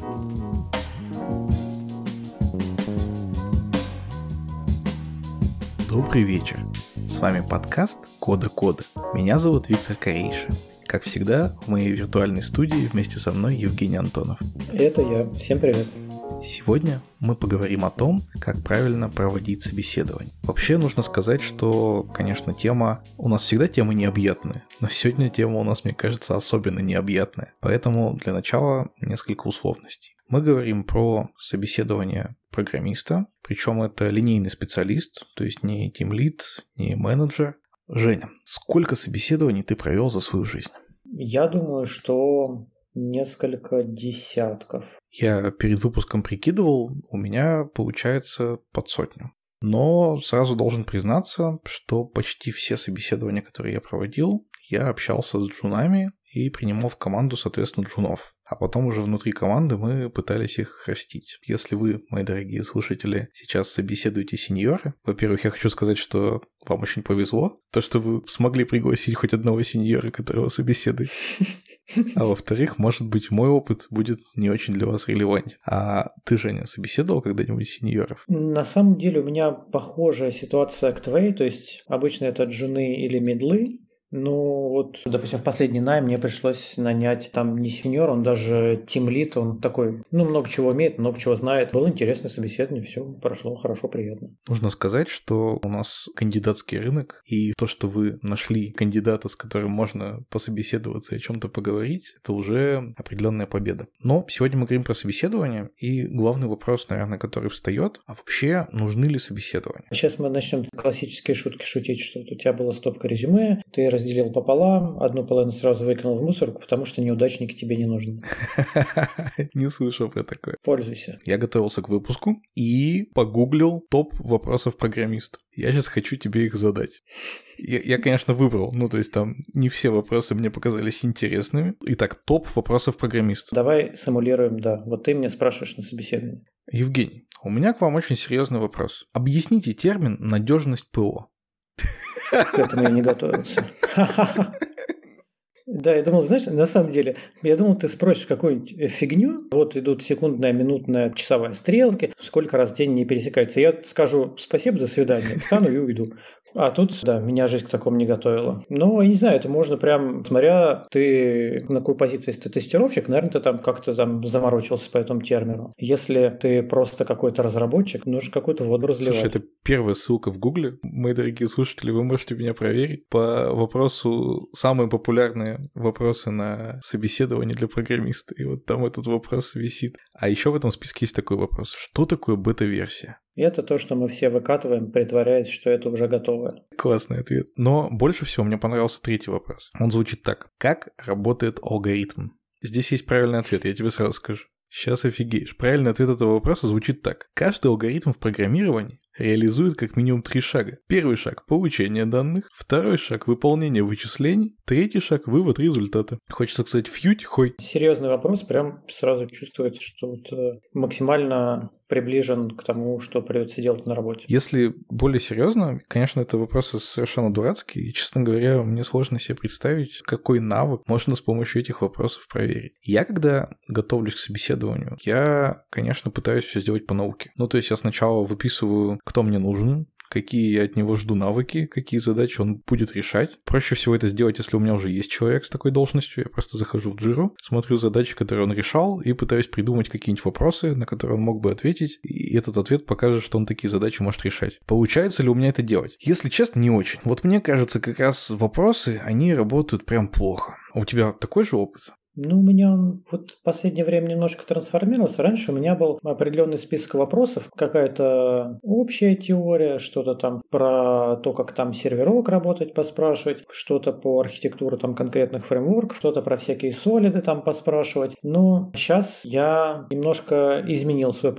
Добрый вечер. С вами подкаст Кода Кода. Меня зовут Виктор Корейша. Как всегда, в моей виртуальной студии вместе со мной Евгений Антонов. Это я. Всем привет. Сегодня мы поговорим о том, как правильно проводить собеседование. Вообще нужно сказать, что, конечно, у нас всегда темы необъятные, но сегодня тема у нас, мне кажется, особенно необъятная. Поэтому для начала несколько условностей. Мы говорим про собеседование программиста, причем это линейный специалист, то есть не тимлид, не менеджер. Женя, сколько собеседований ты провел за свою жизнь? Я думаю, что несколько десятков. Я перед выпуском прикидывал, у меня получается под 100. Но сразу должен признаться, что почти все собеседования, которые я проводил, я общался с джунами и принимал в команду, соответственно, джунов. А потом уже внутри команды мы пытались их растить. Если вы, мои дорогие слушатели, сейчас собеседуете сеньора, во-первых, я хочу сказать, что вам очень повезло, то, что вы смогли пригласить хоть одного сеньора, которого собеседуете. А во-вторых, может быть, мой опыт будет не очень для вас релевантен. А ты, Женя, собеседовал когда-нибудь сеньоров? На самом деле у меня похожая ситуация к твоей, то есть обычно это джуны или мидлы. Ну, вот, допустим, в последний найм мне пришлось нанять там не сеньор, он даже тимлид, он такой, много чего умеет, много чего знает. Было интересное собеседование, все прошло хорошо, приятно. Нужно сказать, что у нас кандидатский рынок, и то, что вы нашли кандидата, с которым можно пособеседоваться и о чем-то поговорить, это уже определенная победа. Но сегодня мы говорим про собеседование, и главный вопрос, наверное, который встает, а вообще нужны ли собеседования? Сейчас мы начнем классические шутки шутить, что вот у тебя была стопка резюме, ты разделил пополам, одну половину сразу выкинул в мусорку, потому что неудачники тебе не нужны. Не слышал про такое. Пользуйся. Я готовился к выпуску и погуглил топ вопросов программистов. Я сейчас хочу тебе их задать. Я, конечно, выбрал, то есть там не все вопросы мне показались интересными. Итак, топ вопросов программистов. Давай симулируем, да. Вот ты меня спрашиваешь на собеседовании. Евгений, у меня к вам очень серьезный вопрос. Объясните термин «надежность ПО». К этому я не готовился. Да, я думал, знаешь, на самом деле, ты спросишь какую-нибудь фигню, вот идут секундная, минутная, часовая стрелки, сколько раз в день не пересекаются. Я скажу спасибо, до свидания, встану и уйду. А тут, да, меня жизнь к такому не готовила. Но, я не знаю, это можно прям, смотря ты на какую позицию, если ты тестировщик, наверное, ты там как-то там заморочился по этому термину. Если ты просто какой-то разработчик, нужно какую-то воду разливать. Слушай, это первая ссылка в Гугле. Мои дорогие слушатели, вы можете меня проверить. По вопросу, самые популярные вопросы на собеседование для программиста. И вот там этот вопрос висит. А еще в этом списке есть такой вопрос. Что такое бета-версия? Это то, что мы все выкатываем, притворяясь, что это уже готовое. Классный ответ. Но больше всего мне понравился третий вопрос. Он звучит так. Как работает алгоритм? Здесь есть правильный ответ, я тебе сразу скажу. Сейчас офигеешь. Правильный ответ этого вопроса звучит так. Каждый алгоритм в программировании реализует как минимум 3 шага. Первый шаг – получение данных, второй шаг – выполнение вычислений, третий шаг – вывод результата. Хочется сказать фьють, хой. Серьезный вопрос, прям сразу чувствуется, что максимально приближен к тому, что придется делать на работе. Если более серьезно, конечно, это вопросы совершенно дурацкие, и, честно говоря, мне сложно себе представить, какой навык можно с помощью этих вопросов проверить. Я, когда готовлюсь к собеседованию, я, конечно, пытаюсь все сделать по науке. То есть я сначала выписываю, кто мне нужен, какие я от него жду навыки, какие задачи он будет решать. Проще всего это сделать, если у меня уже есть человек с такой должностью. Я просто захожу в Jira, смотрю задачи, которые он решал, и пытаюсь придумать какие-нибудь вопросы, на которые он мог бы ответить, и этот ответ покажет, что он такие задачи может решать. Получается ли у меня это делать? Если честно, не очень. Вот мне кажется, как раз вопросы, они работают прям плохо. А у тебя такой же опыт? У меня он вот в последнее время немножко трансформировался. Раньше у меня был определенный список вопросов, какая-то общая теория, что-то там про то, как там серверок работать, поспрашивать, что-то по архитектуре там конкретных фреймворков, что-то про всякие солиды там поспрашивать. Но сейчас я немножко изменил свой подход.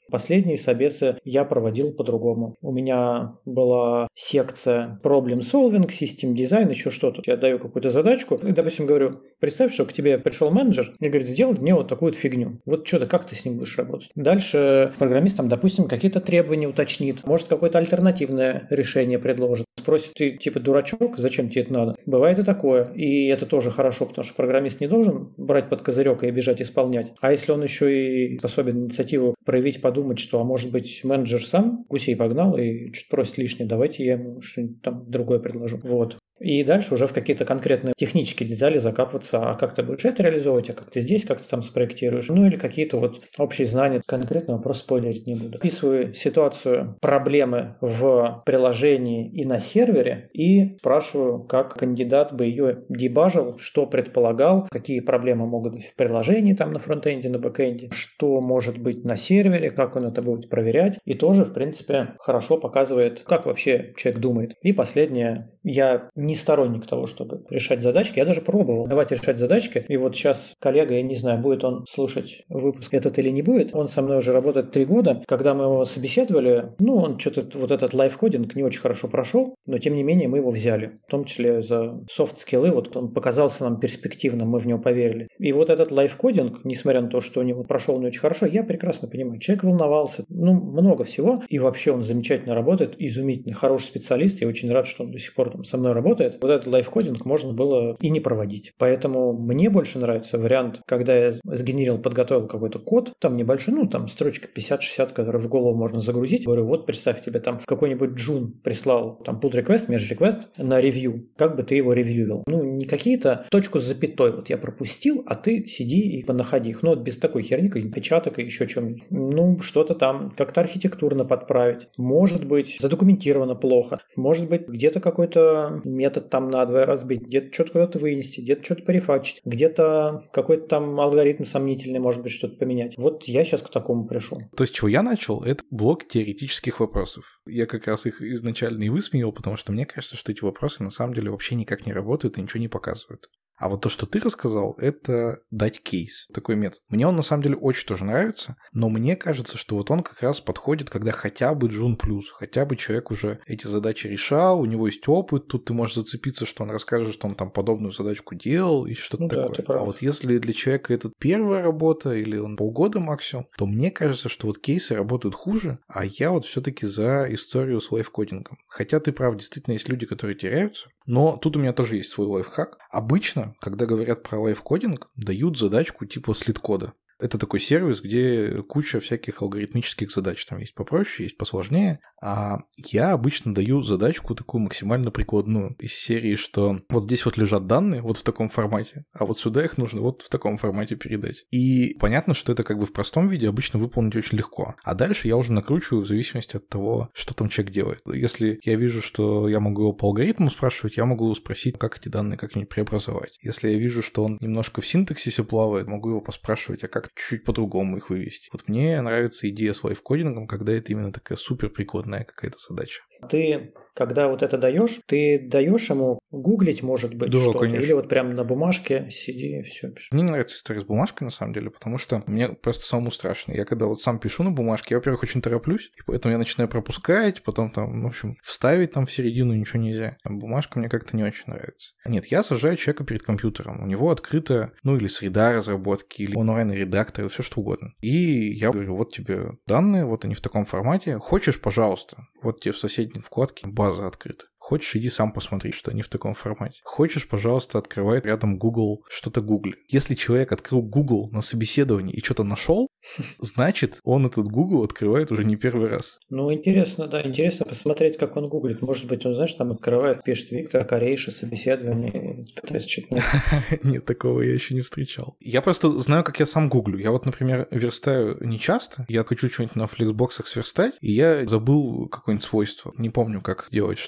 Последние собесы я проводил по-другому. У меня была секция Problem Solving, System Design, еще что-то. Я даю какую-то задачку, и, допустим, говорю, представь, что к тебе пришел менеджер и говорит, сделай мне вот такую вот фигню. Вот что-то, как ты с ним будешь работать? Дальше программист там, допустим, какие-то требования уточнит, может, какое-то альтернативное решение предложит. Спросит, ты типа дурачок, зачем тебе это надо? Бывает и такое. И это тоже хорошо, потому что программист не должен брать под козырек и бежать исполнять. А если он еще и способен инициативу проявить, подумать, что, а может быть, менеджер сам гусей погнал и что-то просит лишнее, давайте я ему что-нибудь там другое предложу. Вот. И дальше уже в какие-то конкретные технические детали закапываться, а как ты будешь это реализовывать, а как ты здесь, как ты там спроектируешь. Ну или какие-то вот общие знания. Конкретно вопрос спойлерить не буду. Описываю ситуацию проблемы в приложении и на сервере и спрашиваю, как кандидат бы ее дебажил, что предполагал, какие проблемы могут быть в приложении там на фронтенде, на бэкенде, что может быть на сервере, как он это будет проверять. И тоже, в принципе, хорошо показывает, как вообще человек думает. И последнее. Я не сторонник того, чтобы решать задачки. Я даже пробовал давать решать задачки. И вот сейчас коллега, я не знаю, будет он слушать выпуск этот или не будет. Он со мной уже работает 3 года. Когда мы его собеседовали, он что-то вот этот лайфкодинг не очень хорошо прошел, но тем не менее мы его взяли. В том числе за софт-скиллы. Вот он показался нам перспективным, мы в него поверили. И вот этот лайфкодинг, несмотря на то, что у него прошел не очень хорошо, я прекрасно понимаю. Человек волновался. Много всего. И вообще он замечательно работает. Изумительный, хороший специалист. Я очень рад, что он до сих пор там со мной работает. Вот этот лайфкодинг можно было и не проводить. Поэтому мне больше нравится вариант, когда я сгенерил, подготовил какой-то код, там небольшой, там строчка 50-60, который в голову можно загрузить. Говорю, вот представь, тебе там какой-нибудь джун прислал там pull request, merge request на ревью. Как бы ты его ревьювил? Не какие-то точку с запятой. Вот я пропустил, а ты сиди и понаходи их. Вот без такой херни, как печаток и еще чем-нибудь. Что-то там как-то архитектурно подправить. Может быть, задокументировано плохо. Может быть, где-то какой-то метод там надвое разбить, где-то что-то куда-то вынести, где-то что-то перефачить, где-то какой-то там алгоритм сомнительный, может быть, что-то поменять. Вот я сейчас к такому пришел. То, с чего я начал, это блок теоретических вопросов. Я как раз их изначально и высмеял, потому что мне кажется, что эти вопросы на самом деле вообще никак не работают и ничего не показывают. А вот то, что ты рассказал, это дать кейс, такой метод. Мне он на самом деле очень тоже нравится, но мне кажется, что вот он как раз подходит, когда хотя бы Джун плюс, хотя бы человек уже эти задачи решал, у него есть опыт, тут ты можешь зацепиться, что он расскажет, что он там подобную задачку делал и что-то такое. А вот если для человека это первая работа или он полгода максимум, то мне кажется, что вот кейсы работают хуже, а я вот все-таки за историю с лайфкодингом. Хотя ты прав, действительно есть люди, которые теряются, но тут у меня тоже есть свой лайфхак. Обычно, когда говорят про лайфкодинг, дают задачку типа слит-кода. Это такой сервис, где куча всяких алгоритмических задач. Там есть попроще, есть посложнее. А я обычно даю задачку такую максимально прикладную из серии, что вот здесь вот лежат данные вот в таком формате, а вот сюда их нужно вот в таком формате передать. И понятно, что это как бы в простом виде обычно выполнить очень легко. А дальше я уже накручиваю в зависимости от того, что там человек делает. Если я вижу, что я могу его по алгоритму спрашивать, я могу спросить, как эти данные как-нибудь преобразовать. Если я вижу, что он немножко в синтаксисе плавает, могу его поспрашивать, а как чуть-чуть по-другому их вывести. Вот мне нравится идея с лайфкодингом, когда это именно такая супер прикладная какая-то задача. Ты, когда вот это даешь, ты даешь ему гуглить, может быть, да, что-то? Конечно. Или вот прям на бумажке сиди и все пишешь? Мне не нравится история с бумажкой, на самом деле, потому что мне просто самому страшно. Я когда вот сам пишу на бумажке, я, во-первых, очень тороплюсь, и поэтому я начинаю пропускать, потом там, в общем, вставить там в середину ничего нельзя. А бумажка мне как-то не очень нравится. Нет, я сажаю человека перед компьютером. У него открыта, или среда разработки, или онлайн-редактор, все что угодно. И я говорю, вот тебе данные, вот они в таком формате. Хочешь, пожалуйста, вот тебе в соседней вкладке база открыта. Хочешь, иди сам посмотри, что они в таком формате. Хочешь, пожалуйста, открывай рядом Google, что-то гугли. Если человек открыл Google на собеседовании и что-то нашел, значит, он этот Google открывает уже не первый раз. Интересно, да, интересно посмотреть, как он гуглит. Может быть, он, знаешь, там открывает, пишет Виктор Корейши, собеседование, пытается что-то... Нет, такого я еще не встречал. Я просто знаю, как я сам гуглю. Я вот, например, верстаю не часто. Я хочу что-нибудь на флексбоксах сверстать, и я забыл какое-нибудь свойство. Не помню, как делать, чтобы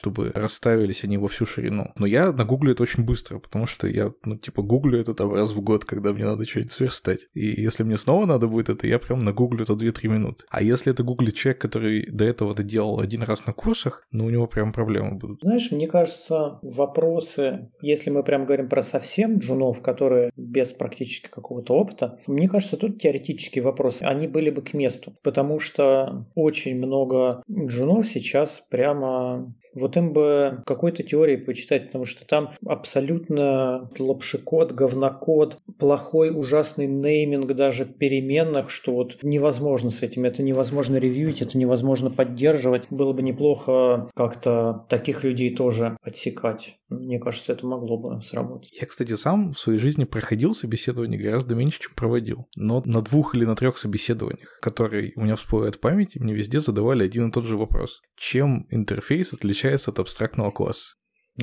расставились они во всю ширину. Но я нагуглю это очень быстро, потому что я, гуглю это там раз в год, когда мне надо что-нибудь сверстать. И если мне снова надо будет это, я прям нагуглю за 2-3 минуты. А если это гуглит человек, который до этого это делал один раз на курсах, у него прям проблемы будут. Знаешь, мне кажется, вопросы, если мы прям говорим про совсем джунов, которые без практически какого-то опыта, мне кажется, тут теоретические вопросы, они были бы к месту, потому что очень много джунов сейчас прямо... Вот им бы какой-то теории почитать, потому что там абсолютно лапшекод, говнокод, плохой, ужасный нейминг даже переменных, что вот невозможно с этим, это невозможно ревьюить, это невозможно поддерживать. Было бы неплохо как-то таких людей тоже отсекать. Мне кажется, это могло бы сработать. Я, кстати, сам в своей жизни проходил собеседование гораздо меньше, чем проводил. Но на 2 или на 3 собеседованиях, которые у меня всплывают в памяти, мне везде задавали один и тот же вопрос. Чем интерфейс отличается от абстрактного класса?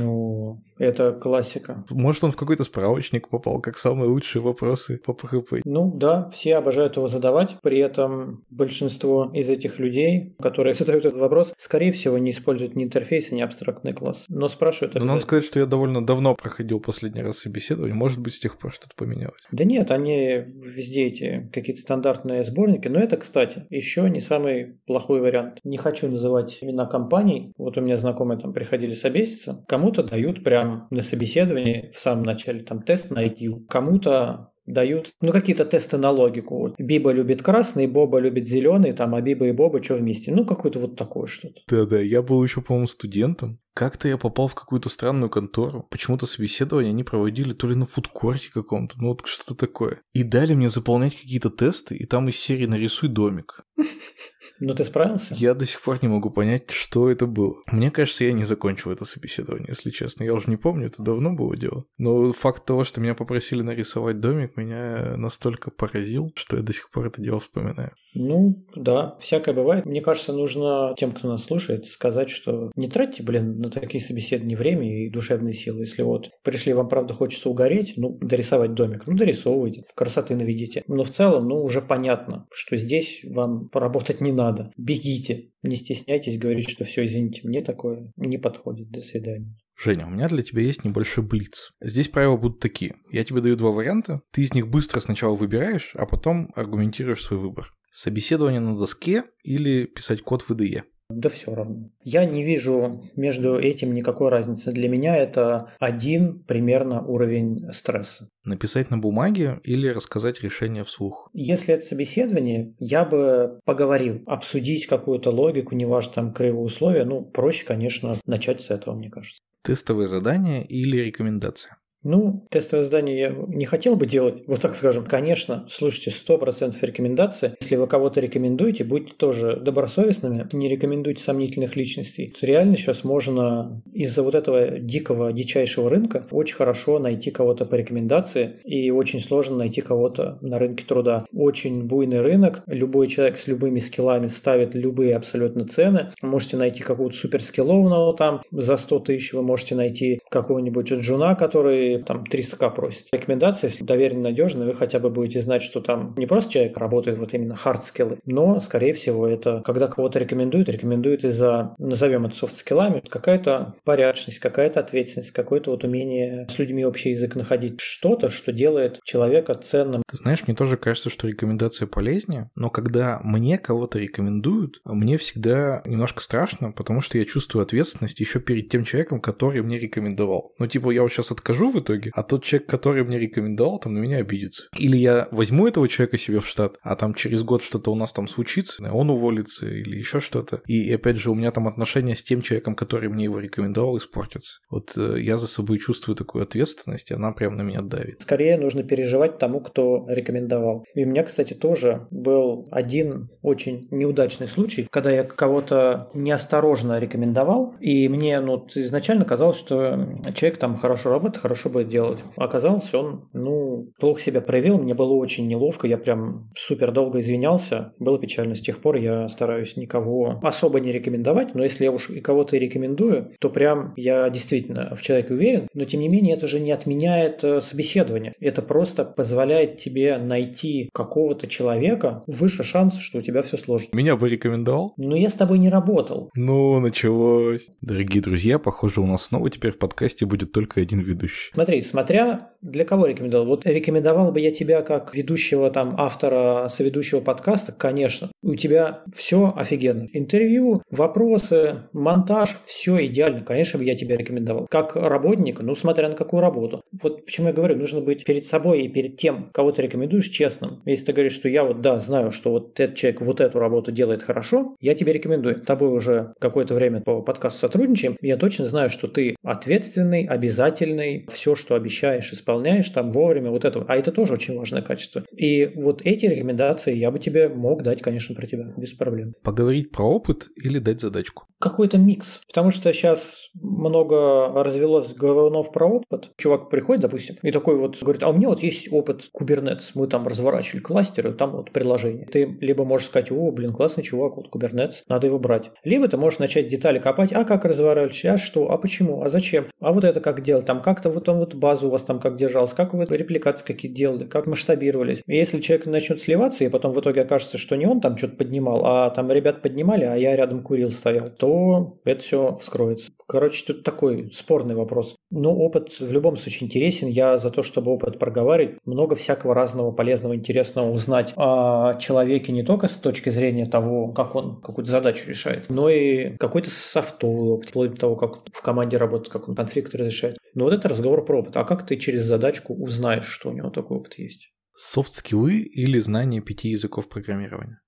Ну, это классика. Может, он в какой-то справочник попал, как самые лучшие вопросы по PHP. Ну да, все обожают его задавать, при этом большинство из этих людей, которые задают этот вопрос, скорее всего, не используют ни интерфейс, ни абстрактный класс, но спрашивают обязательно. Но надо сказать, что я довольно давно проходил последний раз собеседование, может быть, с тех пор что-то поменялось. Да нет, они везде эти какие-то стандартные сборники, но это, кстати, еще не самый плохой вариант. Не хочу называть имена компаний, вот у меня знакомые там приходили собеситься, кому-то дают прям на собеседовании в самом начале там тест на IQ, кому-то дают, какие-то тесты на логику. Вот. Биба любит красный, Боба любит зеленый, там, а Биба и Боба что вместе? Какое-то вот такое что-то. Да-да, я был еще, по-моему, студентом. Как-то я попал в какую-то странную контору. Почему-то собеседование они проводили то ли на фудкорте каком-то, что-то такое. И дали мне заполнять какие-то тесты, и там из серии «Нарисуй домик». Но ты справился? Я до сих пор не могу понять, что это было. Мне кажется, я не закончил это собеседование, если честно. Я уже не помню, это давно было дело. Но факт того, что меня попросили нарисовать домик, меня настолько поразил, что я до сих пор это дело вспоминаю. Да, всякое бывает. Мне кажется, нужно тем, кто нас слушает, сказать, что не тратьте, на такие собеседования время и душевные силы. Если вот пришли, вам правда хочется угореть, дорисовать домик, дорисовывайте, красоты наведите. Но в целом, уже понятно, что здесь вам поработать не надо. Бегите, не стесняйтесь говорить, что все, извините, мне такое не подходит, до свидания. Женя, у меня для тебя есть небольшой блиц. Здесь правила будут такие. Я тебе даю 2 варианта, ты из них быстро сначала выбираешь, а потом аргументируешь свой выбор. Собеседование на доске или писать код в IDE? Да все равно. Я не вижу между этим никакой разницы. Для меня это один примерно уровень стресса. Написать на бумаге или рассказать решение вслух? Если это собеседование, я бы поговорил, обсудить какую-то логику, неважно там кривые условия. Проще, конечно, начать с этого, мне кажется. Тестовое задание или рекомендация? Тестовое задание я не хотел бы делать, вот так скажем. Конечно, слушайте, 100% рекомендации. Если вы кого-то рекомендуете, будьте тоже добросовестными, не рекомендуйте сомнительных личностей. Реально сейчас можно из-за вот этого дичайшего рынка очень хорошо найти кого-то по рекомендации, и очень сложно найти кого-то на рынке труда. Очень буйный рынок, любой человек с любыми скиллами ставит любые абсолютно цены. Можете найти какого-то суперскиллованного там за 100 тысяч, вы можете найти какого-нибудь джуна, который там 300к просит. Рекомендация, если доверенно, надежно, вы хотя бы будете знать, что там не просто человек работает вот именно хард-скиллы, но, скорее всего, это когда кого-то рекомендуют из-за, назовем это софт-скиллами, какая-то порядочность, какая-то ответственность, какое-то вот умение с людьми общий язык находить. Что-то, что делает человека ценным. Ты знаешь, мне тоже кажется, что рекомендация полезнее, но когда мне кого-то рекомендуют, мне всегда немножко страшно, потому что я чувствую ответственность еще перед тем человеком, который мне рекомендовал. Я вот сейчас откажу в итоге, а тот человек, который мне рекомендовал, там на меня обидится. Или я возьму этого человека себе в штат, а там через год что-то у нас там случится, он уволится или еще что-то. И опять же, у меня там отношения с тем человеком, который мне его рекомендовал, испортятся. Вот я за собой чувствую такую ответственность, и она прям на меня давит. Скорее нужно переживать тому, кто рекомендовал. И у меня, кстати, тоже был один очень неудачный случай, когда я кого-то неосторожно рекомендовал, и мне изначально казалось, что человек там хорошо работает, хорошо хорошо будет делать. Оказалось, он, плохо себя проявил, мне было очень неловко, я прям супер долго извинялся, было печально. С тех пор я стараюсь никого особо не рекомендовать, но если я уж и кого-то и рекомендую, то прям я действительно в человеке уверен, но тем не менее это же не отменяет собеседование. Это просто позволяет тебе найти какого-то человека, выше шанс, что у тебя все сложно. Меня бы рекомендовал? Но я с тобой не работал. Началось. Дорогие друзья, похоже, у нас снова теперь в подкасте будет только один ведущий. Смотри, смотря для кого рекомендовал. Вот рекомендовал бы я тебя как ведущего, автора, соведущего подкаста, конечно. У тебя все офигенно. Интервью, вопросы, монтаж, все идеально. Конечно бы я тебя рекомендовал. Как работник, смотря на какую работу. Вот почему я говорю, нужно быть перед собой и перед тем, кого ты рекомендуешь, честным. Если ты говоришь, что я знаю, что вот этот человек вот эту работу делает хорошо, я тебе рекомендую. С тобой уже какое-то время по подкасту сотрудничаем. Я точно знаю, что ты ответственный, обязательный, все, что обещаешь, исполняешь вовремя, вот это. А это тоже очень важное качество. И вот эти рекомендации я бы тебе мог дать, конечно, про тебя, без проблем. Поговорить про опыт или дать задачку? Какой-то микс. Потому что сейчас много развелось говорунов про опыт. Чувак приходит, допустим, и такой говорит, а у меня есть опыт Kubernetes. Мы разворачивали кластеры, там приложение. Ты либо можешь сказать, классный чувак, Kubernetes, надо его брать. Либо ты можешь начать детали копать, а как разворачивать, а что, а почему, а зачем, а вот это как делать, как-то базу у вас как держалась, как вы репликации какие делали, как масштабировались. И если человек начнет сливаться, и потом в итоге окажется, что не он что-то поднимал, а ребят поднимали, а я рядом курил, стоял, то это все вскроется. Короче, тут такой спорный вопрос. Но опыт в любом случае интересен. Я за то, чтобы опыт проговаривать, много всякого разного полезного, интересного узнать о человеке не только с точки зрения того, как он какую-то задачу решает, но и какой-то софтовый опыт, вплоть до того, как в команде работает, как он конфликты разрешает. Но вот это разговор про опыт. А как ты через задачку узнаешь, что у него такой опыт есть? Софт-скиллы или знание 5 языков программирования?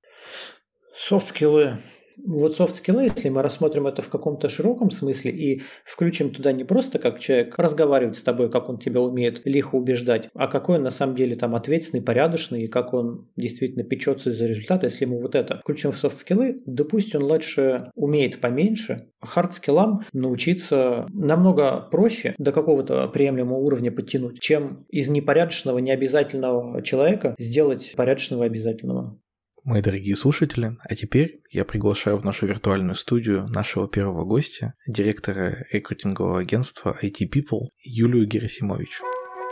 Софт-скиллы. Вот софт-скиллы, если мы рассмотрим это в каком-то широком смысле и включим туда не просто как человек разговаривает с тобой, как он тебя умеет лихо убеждать, а какой он на самом деле ответственный, порядочный, и как он действительно печется за результат, если мы вот это включим в софт-скиллы, да пусть он лучше умеет поменьше, хард-скиллам научиться намного проще до какого-то приемлемого уровня подтянуть, чем из непорядочного, необязательного человека сделать порядочного и обязательного. Мои дорогие слушатели, а теперь я приглашаю в нашу виртуальную студию нашего первого гостя, директора рекрутингового агентства IT People Юлию Герасимович.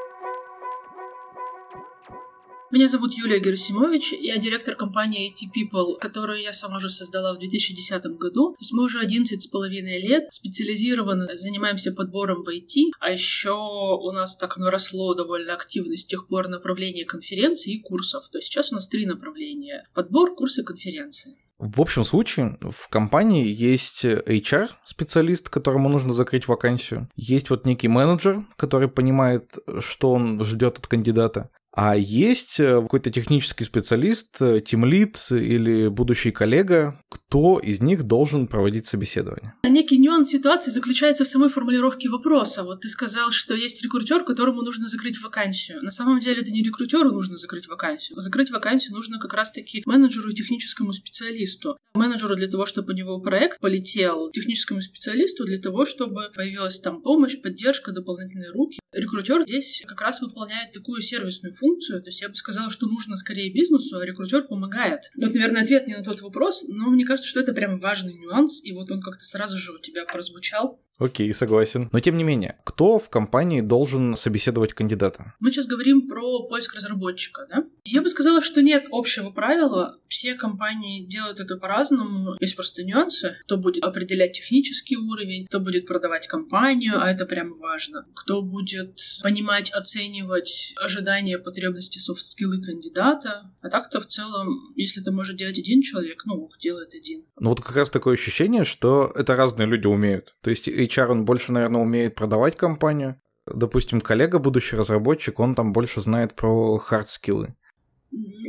Меня зовут Юлия Герасимович, я директор компании IT People, которую я сама же создала в 2010 году. То есть мы уже 11,5 лет специализированно занимаемся подбором в IT, а еще у нас так наросло довольно активно с тех пор направление конференций и курсов. То есть сейчас у нас 3 направления: подбор, курсы, конференции. В общем случае, в компании есть HR-специалист, которому нужно закрыть вакансию. Есть некий менеджер, который понимает, что он ждет от кандидата. А есть какой-то технический специалист, тимлид или будущий коллега, кто из них должен проводить собеседование. Некий нюанс ситуации заключается в самой формулировке вопроса. Вот ты сказал, что есть рекрутер, которому нужно закрыть вакансию. На самом деле это не рекрутеру нужно закрыть вакансию. Закрыть вакансию нужно как раз-таки менеджеру и техническому специалисту. Менеджеру для того, чтобы у него проект полетел, техническому специалисту для того, чтобы появилась помощь, поддержка, дополнительные руки. Рекрутер здесь как раз выполняет такую сервисную функцию. То есть я бы сказала, что нужно скорее бизнесу, а рекрутер помогает. Вот, наверное, ответ не на тот вопрос, но мне кажется, что это прям важный нюанс, и вот он как-то сразу же у тебя прозвучал. Окей, согласен. Но тем не менее, кто в компании должен собеседовать кандидата? Мы сейчас говорим про поиск разработчика, да? Я бы сказала, что нет общего правила. Все компании делают это по-разному. Есть просто нюансы. Кто будет определять технический уровень, кто будет продавать компанию, а это прям важно. Кто будет понимать, оценивать ожидания, потребности, софт-скиллы кандидата. А так-то в целом, если это может делать один человек, делает один. Вот как раз такое ощущение, что это разные люди умеют. То есть HR, он больше, наверное, умеет продавать компанию. Допустим, коллега, будущий разработчик, он больше знает про хард-скиллы.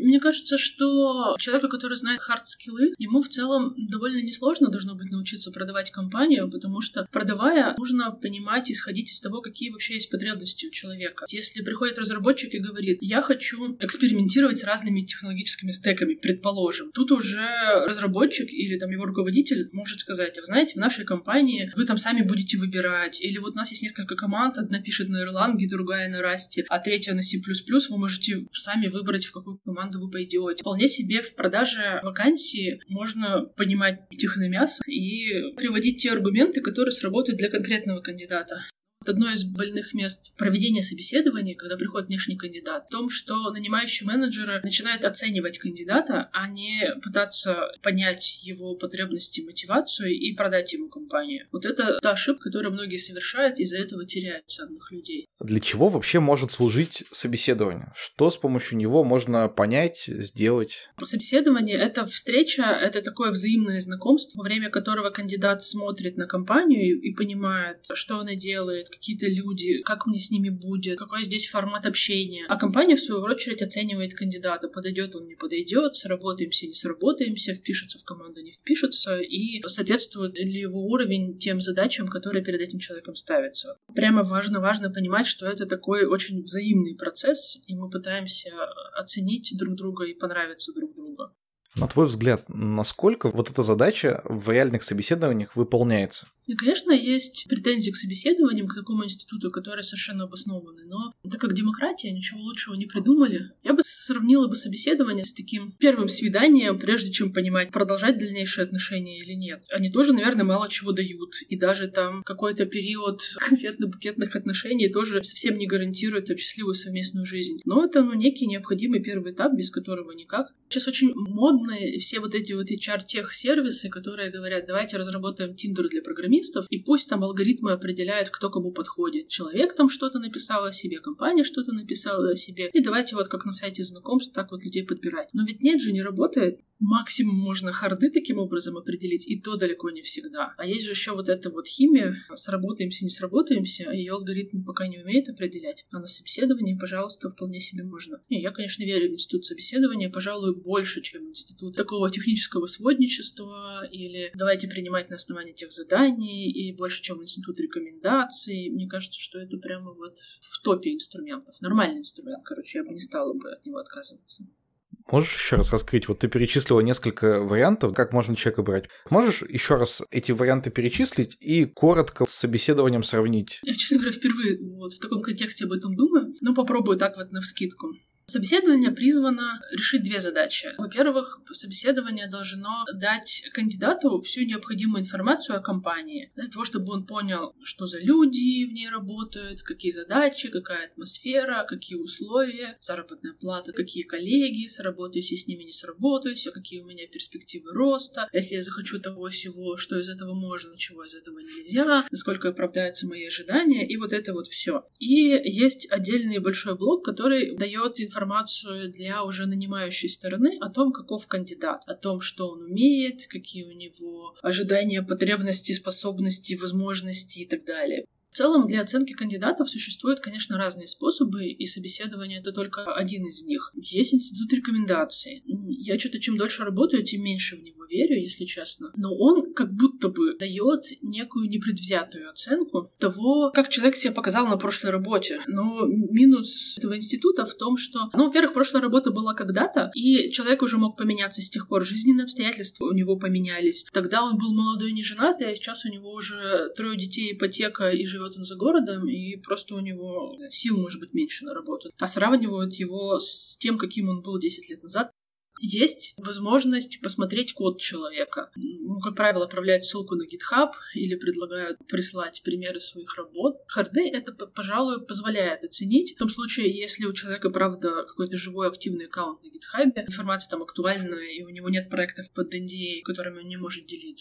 Мне кажется, что человеку, который знает хард-скиллы, ему в целом довольно несложно должно быть научиться продавать компанию, потому что, продавая, нужно понимать, исходить из того, какие вообще есть потребности у человека. Если приходит разработчик и говорит, я хочу экспериментировать с разными технологическими стеками, предположим, тут уже разработчик или там его руководитель может сказать, а вы знаете, в нашей компании вы там сами будете выбирать, или вот у нас есть несколько команд, одна пишет на Erlang, другая на Rust, а третья на C++, вы можете сами выбрать, в какую команду вы пойдете. Вполне себе в продаже вакансии можно понимать техномясо и приводить те аргументы, которые сработают для конкретного кандидата. Одно из больных мест проведения собеседований, когда приходит внешний кандидат, в том, что нанимающий менеджеры начинают оценивать кандидата, а не пытаться понять его потребности, мотивацию и продать ему компанию. Вот это та ошибка, которую многие совершают, из-за этого теряют ценных людей. Для чего вообще может служить собеседование? Что с помощью него можно понять, сделать? Собеседование — это встреча, это такое взаимное знакомство, во время которого кандидат смотрит на компанию и понимает, что она делает, какие-то люди, как мне с ними будет, какой здесь формат общения. А компания, в свою очередь, оценивает кандидата. Подойдет он, не подойдет, сработаемся, не сработаемся, впишется в команду, не впишется, и соответствует ли его уровень тем задачам, которые перед этим человеком ставятся. Прямо важно понимать, что это такой очень взаимный процесс, и мы пытаемся оценить друг друга и понравиться друг другу. На твой взгляд, насколько вот эта задача в реальных собеседованиях выполняется? И, конечно, есть претензии к собеседованиям, к такому институту, которые совершенно обоснованы, но так как демократия, ничего лучшего не придумали. Я бы сравнила бы собеседование с таким первым свиданием, прежде чем понимать, продолжать дальнейшие отношения или нет. Они тоже, наверное, мало чего дают. И даже там какой-то период конфетно-букетных отношений тоже совсем не гарантирует счастливую совместную жизнь. Но это некий необходимый первый этап, без которого никак. Сейчас очень модные все вот эти вот HR-тех-сервисы, которые говорят, давайте разработаем Tinder для программистов, и пусть там алгоритмы определяют, кто кому подходит. Человек там что-то написал о себе, компания что-то написала о себе, и давайте вот как на сайте знакомств так вот людей подбирать. Но ведь нет же, не работает. Максимум можно харды таким образом определить, и то далеко не всегда. А есть же еще вот эта вот химия, сработаемся, не сработаемся, а ее алгоритмы пока не умеют определять. А на собеседовании, пожалуйста, вполне себе можно. Не, я, конечно, верю в институт собеседования, пожалуй, больше, чем институт такого технического сводничества, или давайте принимать на основании тех заданий, и больше, чем институт рекомендаций. Мне кажется, что это прямо вот в топе инструментов. Нормальный инструмент, короче, я бы не стала бы от него отказываться. Можешь еще раз раскрыть? Вот ты перечислила несколько вариантов, как можно человека брать. Можешь еще раз эти варианты перечислить и коротко с собеседованием сравнить? Я, честно говоря, впервые вот в таком контексте об этом думаю, но попробую так вот навскидку. Собеседование призвано решить две задачи. Во-первых, собеседование должно дать кандидату всю необходимую информацию о компании, для того, чтобы он понял, что за люди в ней работают, какие задачи, какая атмосфера, какие условия, заработная плата, какие коллеги, сработаюсь я с ними, не сработаюсь, какие у меня перспективы роста, если я захочу того-сего, что из этого можно, чего из этого нельзя, насколько оправдаются мои ожидания, и вот это вот все. И есть отдельный большой блок, который дает информацию для уже нанимающей стороны о том, каков кандидат, о том, что он умеет, какие у него ожидания, потребности, способности, возможности и так далее. В целом, для оценки кандидатов существуют, конечно, разные способы, и собеседование — это только один из них. Есть институт рекомендаций. Я что-то чем дольше работаю, тем меньше в него верю, если честно. Но он как будто бы дает некую непредвзятую оценку того, как человек себя показал на прошлой работе. Но минус этого института в том, что, во-первых, прошлая работа была когда-то, и человек уже мог поменяться с тех пор. Жизненные обстоятельства у него поменялись. Тогда он был молодой, не женатый, а сейчас у него уже 3 детей, ипотека, и живет он за городом, и просто у него сил может быть меньше на работу. А сравнивают его с тем, каким он был 10 лет назад. Есть возможность посмотреть код человека. Как правило, отправляют ссылку на GitHub или предлагают прислать примеры своих работ. Харды это, пожалуй, позволяет оценить. В том случае, если у человека, правда, какой-то живой активный аккаунт на GitHub, информация там актуальна, и у него нет проектов под NDA, которыми он не может делиться.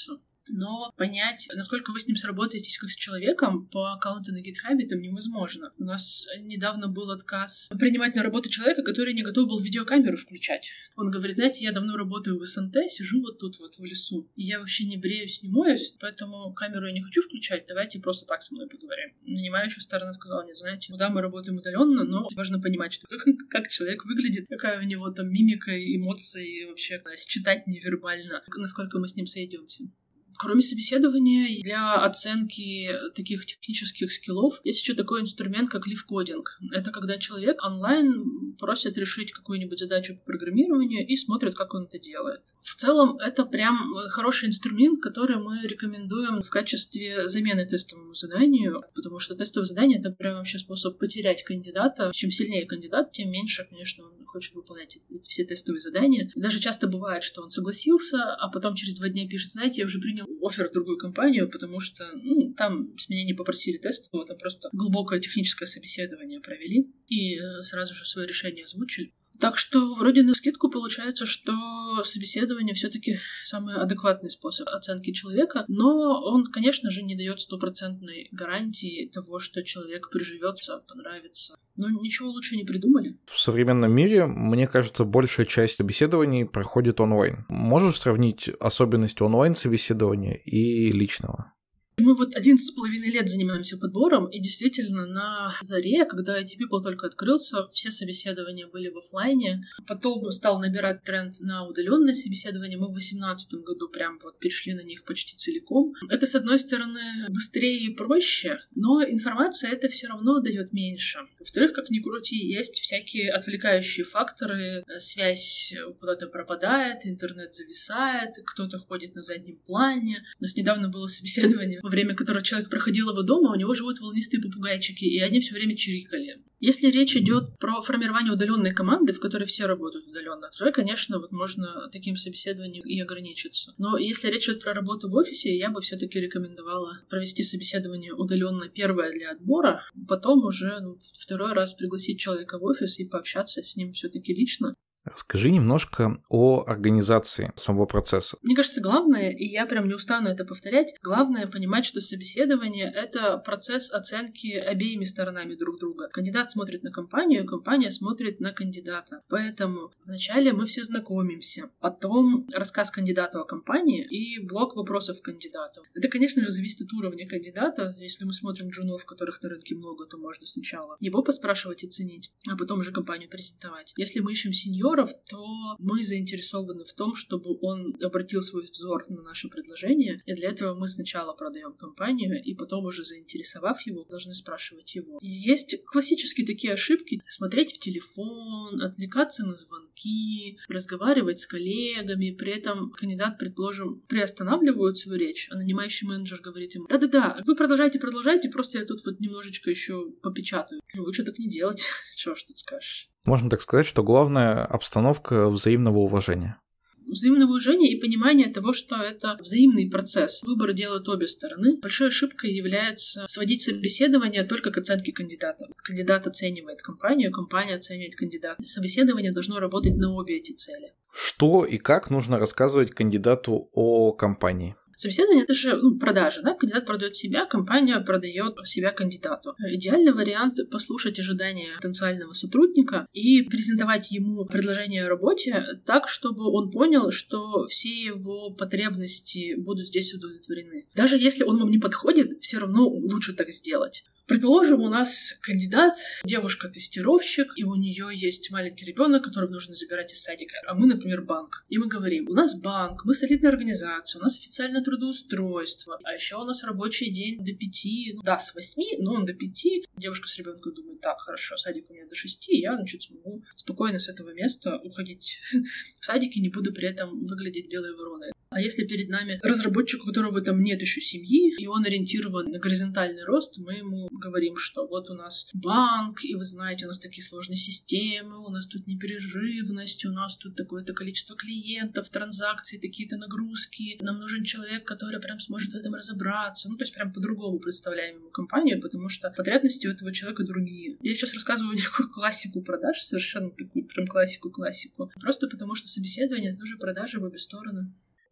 но понять, насколько вы с ним сработаетесь как с человеком по аккаунту на GitHub, там невозможно. У нас недавно был отказ принимать на работу человека, который не готов был видеокамеру включать. Он говорит: знаете, я давно работаю в СНТ, сижу вот тут вот в лесу, и я вообще не бреюсь, не моюсь, поэтому камеру я не хочу включать, давайте просто так со мной поговорим. Нанимающая сторона сказала: нет, знаете, да, мы работаем удаленно, но важно понимать, что как человек выглядит, какая у него там мимика, эмоции, и вообще считать невербально, насколько мы с ним сойдемся. Кроме собеседования, для оценки таких технических скиллов есть еще такой инструмент, как лив-кодинг. Это когда человек онлайн просит решить какую-нибудь задачу по программированию и смотрит, как он это делает. В целом, это прям хороший инструмент, который мы рекомендуем в качестве замены тестовому заданию, потому что тестовое задание — это прям вообще способ потерять кандидата. Чем сильнее кандидат, тем меньше, конечно, он хочет выполнять эти все тестовые задания. И даже часто бывает, что он согласился, а потом через 2 дня пишет: знаете, я уже принял оффер в другую компанию, потому что там с меня не попросили тестового, там просто глубокое техническое собеседование провели и сразу же свое решение озвучили. Так что вроде навскидку получается, что собеседование все-таки самый адекватный способ оценки человека, но он, конечно же, не дает 100% гарантии того, что человек приживется, понравится. Но ничего лучше не придумали. В современном мире, мне кажется, большая часть собеседований проходит онлайн. Можешь сравнить особенности онлайн-собеседования и личного? Мы вот 11,5 лет занимаемся подбором, и действительно на заре, когда IT-People только открылся, все собеседования были в офлайне. Потом стал набирать тренд на удаленные собеседования. Мы в 2018 году прям вот перешли на них почти целиком. Это, с одной стороны, быстрее и проще, но информация это все равно дает меньше. Во-вторых, как ни крути, есть всякие отвлекающие факторы. Связь куда-то пропадает, интернет зависает, кто-то ходит на заднем плане. У нас недавно было собеседование, во время которого человек проходил его дома, у него живут волнистые попугайчики, и они все время чирикали. Если речь идет про формирование удаленной команды, в которой все работают удаленно, то, конечно, вот можно таким собеседованием и ограничиться. Но если речь идет про работу в офисе, я бы все-таки рекомендовала провести собеседование удаленно первое для отбора, потом уже второй раз пригласить человека в офис и пообщаться с ним все-таки лично. Расскажи немножко о организации самого процесса. Мне кажется, главное, и я прям не устану это повторять, главное понимать, что собеседование — это процесс оценки обеими сторонами друг друга. Кандидат смотрит на компанию, компания смотрит на кандидата. Поэтому вначале мы все знакомимся, потом рассказ кандидата о компании и блок вопросов к кандидату. Это, конечно же, зависит от уровня кандидата. Если мы смотрим джунов, которых на рынке много, то можно сначала его поспрашивать и ценить, а потом уже компанию презентовать. Если мы ищем сеньора, то мы заинтересованы в том, чтобы он обратил свой взор на наше предложение, и для этого мы сначала продаем компанию, и потом уже заинтересовав его, должны спрашивать его. И есть классические такие ошибки: смотреть в телефон, отвлекаться на звонки, разговаривать с коллегами, при этом кандидат, предположим, приостанавливает свою речь, а нанимающий менеджер говорит ему: да-да-да, вы продолжайте, просто я тут вот немножечко еще попечатаю. Лучше так не делать. Что ж тут скажешь? Можно так сказать, что главная обстановка взаимного уважения. Взаимное уважение и понимание того, что это взаимный процесс. Выбор делают обе стороны. Большой ошибкой является сводить собеседование только к оценке кандидата. Кандидат оценивает компанию, компания оценивает кандидата. Собеседование должно работать на обе эти цели. Что и как нужно рассказывать кандидату о компании? Собеседование — это же продажа, да? Кандидат продает себя, компания продает себя кандидату. Идеальный вариант — послушать ожидания потенциального сотрудника и презентовать ему предложение о работе так, чтобы он понял, что все его потребности будут здесь удовлетворены. Даже если он вам не подходит, все равно лучше так сделать. Предположим, у нас кандидат, девушка-тестировщик, и у нее есть маленький ребенок, которого нужно забирать из садика. А мы, например, банк. И мы говорим: у нас банк, мы солидная организация, у нас официальное трудоустройство, а еще у нас рабочий день до 5, с 8, но он до 5. Девушка с ребенком думает: так, хорошо, садик у меня до 6, я, смогу спокойно с этого места уходить в садик и не буду при этом выглядеть белой вороной. А если перед нами разработчик, у которого там нет еще семьи, и он ориентирован на горизонтальный рост, мы ему говорим, что вот у нас банк, и вы знаете, у нас такие сложные системы, у нас тут непрерывность, у нас тут такое-то количество клиентов, транзакций, такие-то нагрузки. Нам нужен человек, который прям сможет в этом разобраться. То есть прям по-другому представляем ему компанию, потому что потребности у этого человека другие. Я сейчас рассказываю некую классику продаж, совершенно такую прям классику. Просто потому что собеседование — это тоже продажи в обе стороны.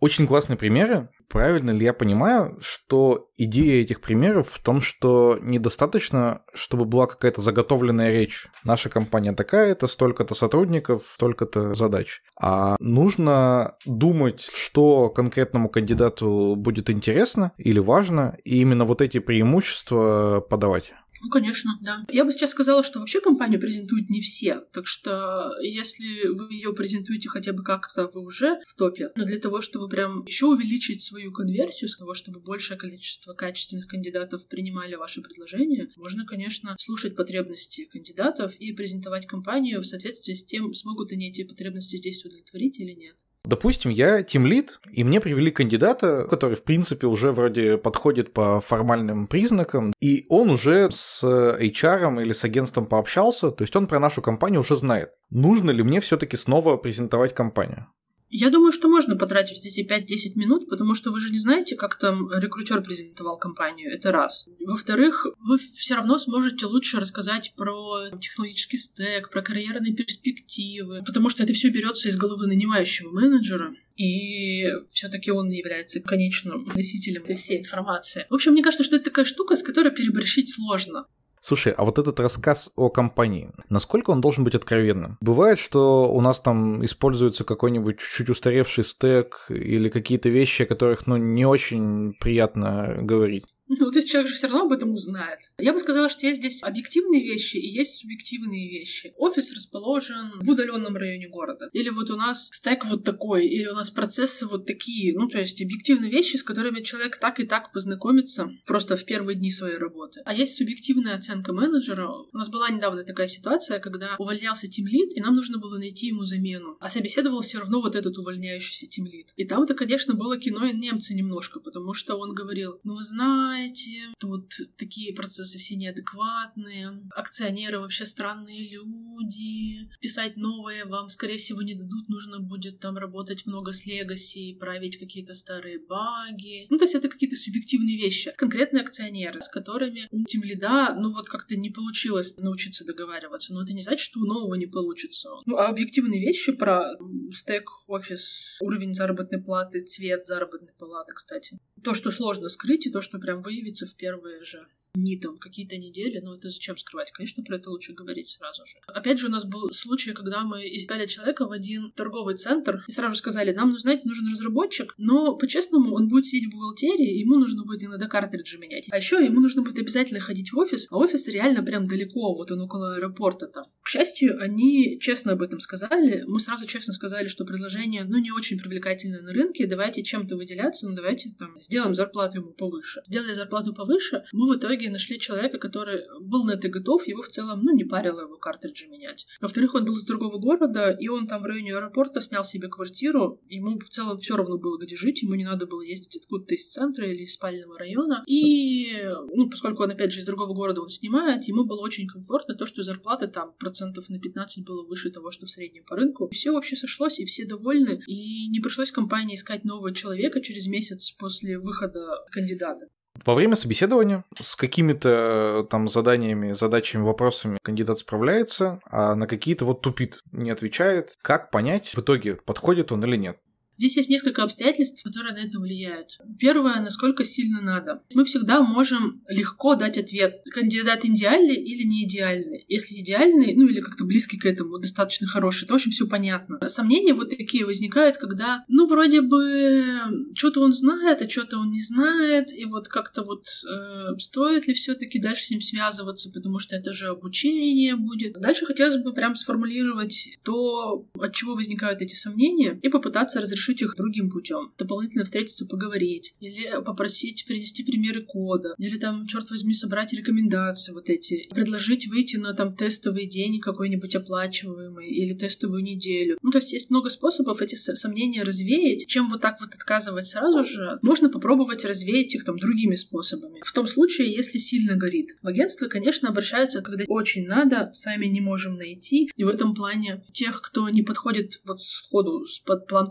Очень классные примеры. Правильно ли я понимаю, что идея этих примеров в том, что недостаточно, чтобы была какая-то заготовленная речь. Наша компания такая-то, столько-то сотрудников, столько-то задач. А нужно думать, что конкретному кандидату будет интересно или важно, и именно вот эти преимущества подавать. Ну, конечно, да. Я бы сейчас сказала, что вообще компанию презентуют не все, так что если вы ее презентуете хотя бы как-то, вы уже в топе. Но для того, чтобы прям еще увеличить свою конверсию, с того, чтобы большее количество качественных кандидатов принимали ваши предложения, можно, конечно, слушать потребности кандидатов и презентовать компанию в соответствии с тем, смогут они эти потребности здесь удовлетворить или нет. Допустим, я тимлид, и мне привели кандидата, который, в принципе, уже вроде подходит по формальным признакам, и он уже с HR или с агентством пообщался, то есть он про нашу компанию уже знает. Нужно ли мне все-таки снова презентовать компанию? Я думаю, что можно потратить эти 5-10 минут, потому что вы же не знаете, как там рекрутер презентовал компанию. Это раз. Во-вторых, вы все равно сможете лучше рассказать про технологический стек, про карьерные перспективы, потому что это все берется из головы нанимающего менеджера. И все-таки он является конечным носителем этой всей информации. В общем, мне кажется, что это такая штука, с которой переборщить сложно. Слушай, а вот этот рассказ о компании, насколько он должен быть откровенным? Бывает, что у нас там используется какой-нибудь чуть-чуть устаревший стек или какие-то вещи, о которых, не очень приятно говорить. Вот этот человек же все равно об этом узнает. Я бы сказала, что есть здесь объективные вещи и есть субъективные вещи. Офис расположен в удаленном районе города. Или вот у нас стек вот такой, или у нас процессы вот такие. То есть объективные вещи, с которыми человек так и так познакомится просто в первые дни своей работы. А есть субъективная оценка менеджера. У нас была недавно такая ситуация, когда увольнялся тимлид, и нам нужно было найти ему замену. А собеседовал все равно вот этот увольняющийся тимлид. И там-то, конечно, было кино немца немножко, потому что он говорил, вы знаете, тут такие процессы все неадекватные, акционеры вообще странные люди, писать новые вам, скорее всего, не дадут, нужно будет там работать много с легаси, править какие-то старые баги. То есть это какие-то субъективные вещи. Конкретные акционеры, с которыми у тимлида, как-то не получилось научиться договариваться, но это не значит, что у нового не получится. А объективные вещи про стек, офис, уровень заработной платы, цвет заработной платы, кстати. То, что сложно скрыть, и то, что прям выявится в первые же дни, какие-то недели, это зачем скрывать? Конечно, про это лучше говорить сразу же. Опять же, у нас был случай, когда мы искали человека в один торговый центр, и сразу сказали, нам, нужен разработчик, но, по-честному, он будет сидеть в бухгалтерии, ему нужно будет иногда картриджи менять. А еще ему нужно будет обязательно ходить в офис, а офис реально прям далеко, вот он около аэропорта там. К счастью, они честно об этом сказали. Мы сразу честно сказали, что предложение, не очень привлекательное на рынке, давайте чем-то выделяться, давайте сделаем зарплату ему повыше. Сделали зарплату повыше, мы в итоге нашли человека, который был на это готов, его в целом, не парило его картриджи менять. Во-вторых, он был из другого города, и он там в районе аэропорта снял себе квартиру, ему в целом все равно было где жить, ему не надо было ездить откуда-то из центра или из спального района, и, поскольку он, опять же, из другого города он снимает, ему было очень комфортно то, что зарплата там 15% было выше того, что в среднем по рынку. Все вообще сошлось, и все довольны, и не пришлось компании искать нового человека через месяц после выхода кандидата. Во время собеседования с какими-то заданиями, задачами, вопросами кандидат справляется, а на какие-то тупит, не отвечает. Как понять в итоге, подходит он или нет? Здесь есть несколько обстоятельств, которые на это влияют. Первое, насколько сильно надо. Мы всегда можем легко дать ответ, кандидат идеальный или не идеальный. Если идеальный, или как-то близкий к этому, достаточно хороший, то, в общем, все понятно. Сомнения такие возникают, когда, вроде бы, что-то он знает, а что-то он не знает, и как-то стоит ли все-таки дальше с ним связываться, потому что это же обучение будет. Дальше хотелось бы прям сформулировать то, от чего возникают эти сомнения, и попытаться разрешить их другим путем. Дополнительно встретиться, поговорить. Или попросить принести примеры кода. Или черт возьми, собрать рекомендации эти. Предложить выйти на тестовый день какой-нибудь оплачиваемый. Или тестовую неделю. То есть есть много способов эти сомнения развеять. Чем так отказывать сразу же, можно попробовать развеять их другими способами. В том случае, если сильно горит. В агентство, конечно, обращаются, когда очень надо, сами не можем найти. И в этом плане тех, кто не подходит сходу под планку идеально,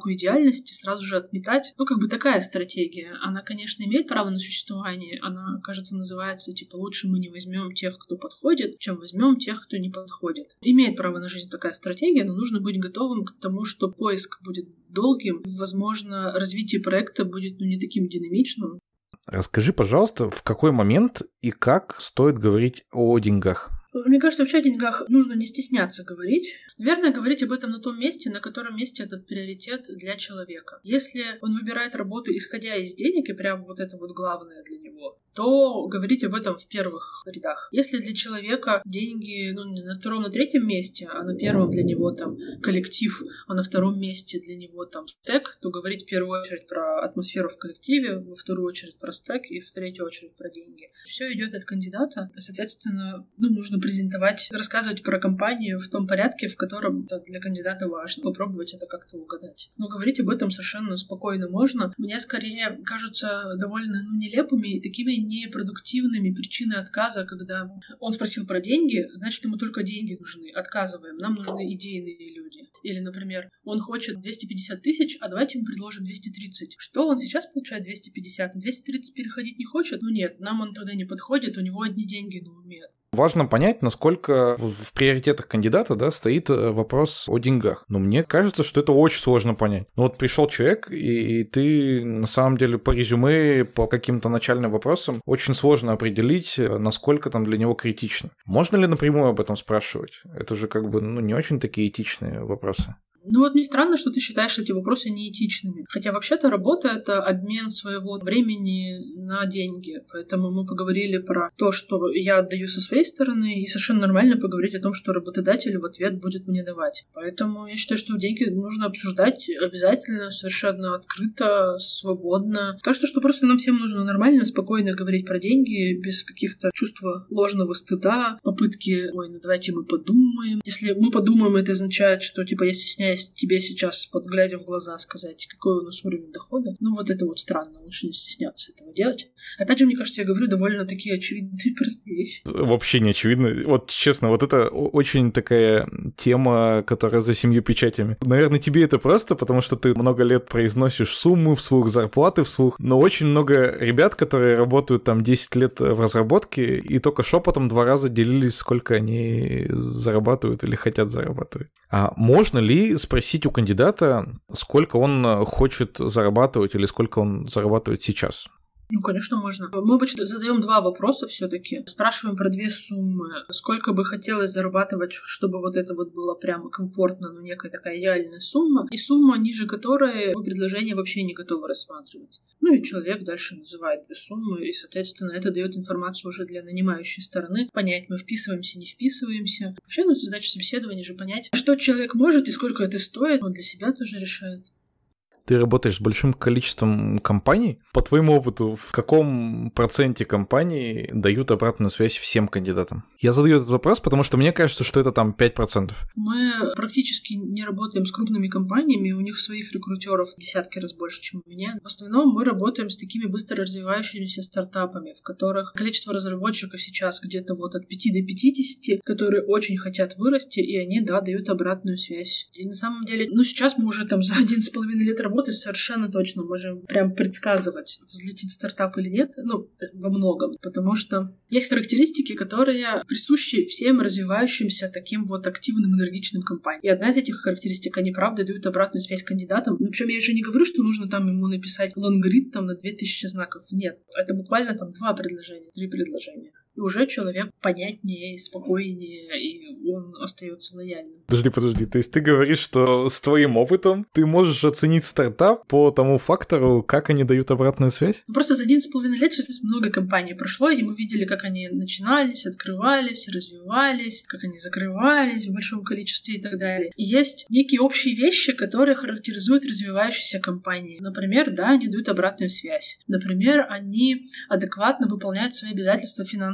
реальности сразу же отметать. Такая стратегия. Она, конечно, имеет право на существование. Она, кажется, называется, лучше мы не возьмем тех, кто подходит, чем возьмем тех, кто не подходит. Имеет право на жизнь такая стратегия, но нужно быть готовым к тому, что поиск будет долгим. Возможно, развитие проекта будет не таким динамичным. Расскажи, пожалуйста, в какой момент и как стоит говорить о деньгах? Мне кажется, вообще о деньгах нужно не стесняться говорить. Наверное, говорить об этом на том месте, на котором месте этот приоритет для человека. Если он выбирает работу, исходя из денег, и прям это главное для него, то говорить об этом в первых рядах. Если для человека деньги не на втором, на третьем месте, а на первом для него коллектив, а на втором месте для него стек, то говорить в первую очередь про атмосферу в коллективе, во вторую очередь про стек и в третью очередь про деньги. Все идет от кандидата, соответственно, нужно презентовать, рассказывать про компанию в том порядке, в котором для кандидата важно. Попробовать это как-то угадать. Но говорить об этом совершенно спокойно можно. Мне скорее кажутся довольно нелепыми и такими непродуктивными причины отказа, когда он спросил про деньги, значит, ему только деньги нужны. Отказываем. Нам нужны идейные люди. Или, например, он хочет 250 тысяч, а давайте ему предложим 230. Что он сейчас получает 250? На 230 переходить не хочет? Нет, нам он тогда не подходит, у него одни деньги на уме. Важно понять, насколько в приоритетах кандидата стоит вопрос о деньгах. Но мне кажется, что это очень сложно понять. Пришел человек, и ты на самом деле по резюме, по каким-то начальным вопросам очень сложно определить, насколько для него критично. Можно ли напрямую об этом спрашивать? Это же не очень такие этичные вопросы. Мне странно, что ты считаешь эти вопросы неэтичными. Хотя вообще-то работа — это обмен своего времени на деньги. Поэтому мы поговорили про то, что я отдаю со своей стороны, и совершенно нормально поговорить о том, что работодатель в ответ будет мне давать. Поэтому я считаю, что деньги нужно обсуждать обязательно, совершенно открыто, свободно. Кажется, что просто нам всем нужно нормально, спокойно говорить про деньги, без каких-то чувства ложного стыда, попытки давайте мы подумаем. Если мы подумаем, это означает, что я стесняюсь тебе сейчас, глядя в глаза, сказать, какой у нас уровень дохода. Это странно, лучше не стесняться этого делать. Опять же, мне кажется, я говорю довольно такие очевидные простые вещи. Вообще не очевидно. Честно, это очень такая тема, которая за 7 печатями. Наверное, тебе это просто, потому что ты много лет произносишь суммы вслух, зарплаты вслух, но очень много ребят, которые работают 10 лет в разработке, и только шепотом 2 раза делились, сколько они зарабатывают или хотят зарабатывать. А можно ли спросить у кандидата, сколько он хочет зарабатывать или сколько он зарабатывает сейчас? Конечно, можно. Мы обычно задаем 2 вопроса все-таки. Спрашиваем про 2 суммы. Сколько бы хотелось зарабатывать, чтобы это было прямо комфортно, некая такая идеальная сумма. И сумма, ниже которой вы предложение вообще не готовы рассматривать. И человек дальше называет 2 суммы, и, соответственно, это дает информацию уже для нанимающей стороны. Понять, мы вписываемся, не вписываемся. Вообще, задача собеседования же понять, что человек может и сколько это стоит. Он для себя тоже решает. Ты работаешь с большим количеством компаний. По твоему опыту, в каком проценте компаний дают обратную связь всем кандидатам? Я задаю этот вопрос, потому что мне кажется, что это 5%. Мы практически не работаем с крупными компаниями, у них своих рекрутеров десятки раз больше, чем у меня. В основном мы работаем с такими быстро развивающимися стартапами, в которых количество разработчиков сейчас где-то от 5 до 50, которые очень хотят вырасти, и они, дают обратную связь. И на самом деле, сейчас мы уже за 1,5 лет работы совершенно точно можем прям предсказывать, взлетит стартап или нет, во многом, потому что есть характеристики, которые присущи всем развивающимся таким активным, энергичным компаниям. И одна из этих характеристик, они правда дают обратную связь кандидатам. Причем я же не говорю, что нужно ему написать лонгрид на 2000 знаков. Нет, это буквально 2 предложения, 3 предложения. И уже человек понятнее, спокойнее, и он остается лояльным. Подожди. То есть ты говоришь, что с твоим опытом ты можешь оценить стартап по тому фактору, как они дают обратную связь? Просто за 11,5 лет сейчас много компаний прошло, и мы видели, как они начинались, открывались, развивались, как они закрывались в большом количестве и так далее. И есть некие общие вещи, которые характеризуют развивающиеся компании. Например, они дают обратную связь. Например, они адекватно выполняют свои обязательства финансовые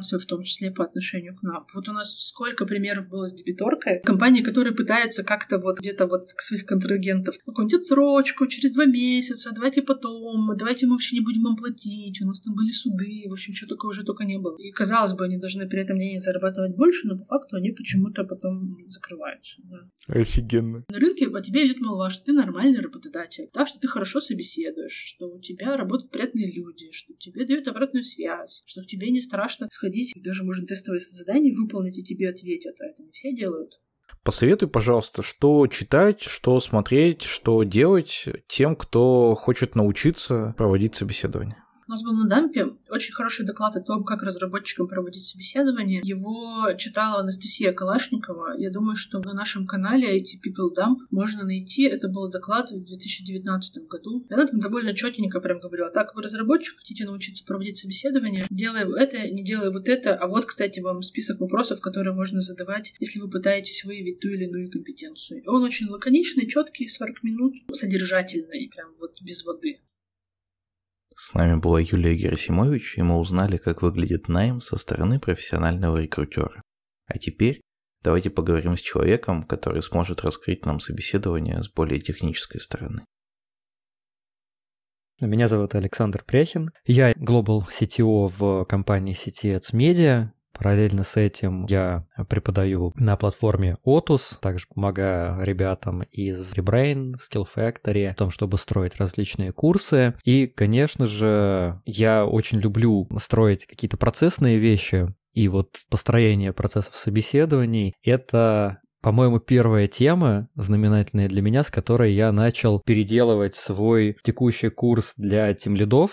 дискриминацию, в том числе по отношению к нам. Вот у нас сколько примеров было с дебиторкой. Компании, которые пытаются как-то вот где-то вот к своих контрагентов какую-нибудь отсрочку через 2 месяца, давайте потом, давайте мы вообще не будем вам платить, у нас там были суды, в общем, что такого уже только не было. И, казалось бы, они должны при этом денег зарабатывать больше, но по факту они почему-то потом закрываются. Да. Офигенно. На рынке о тебе идет молва, что ты нормальный работодатель, да, что ты хорошо собеседуешь, что у тебя работают приятные люди, что тебе дают обратную связь, что тебе не страшно сходить и даже можно тестовое задание выполнить, и тебе ответят, а это не все делают. Посоветуй, пожалуйста, что читать, что смотреть, что делать тем, кто хочет научиться проводить собеседование. У нас был на дампе очень хороший доклад о том, как разработчикам проводить собеседование. Его читала Анастасия Калашникова. Я думаю, что на нашем канале IT People Dump можно найти. Это был доклад в 2019 году. И она там довольно четенько прям говорила: так, вы разработчик, хотите научиться проводить собеседование, делай это, не делай вот это. А вот, кстати, вам список вопросов, которые можно задавать, если вы пытаетесь выявить ту или иную компетенцию. И он очень лаконичный, четкий, 40 минут, содержательный, прям вот без воды. С нами была Юлия Герасимович, и мы узнали, как выглядит найм со стороны профессионального рекрутера. А теперь давайте поговорим с человеком, который сможет раскрыть нам собеседование с более технической стороны. Меня зовут Александр Пряхин. Я Global CTO в компании CTX Media. Параллельно с этим я преподаю на платформе Otus, также помогаю ребятам из Rebrain, Skill Factory в том, чтобы строить различные курсы. И, конечно же, я очень люблю строить какие-то процессные вещи. И вот построение процессов собеседований — это, по-моему, первая тема, знаменательная для меня, с которой я начал переделывать свой текущий курс для тимлидов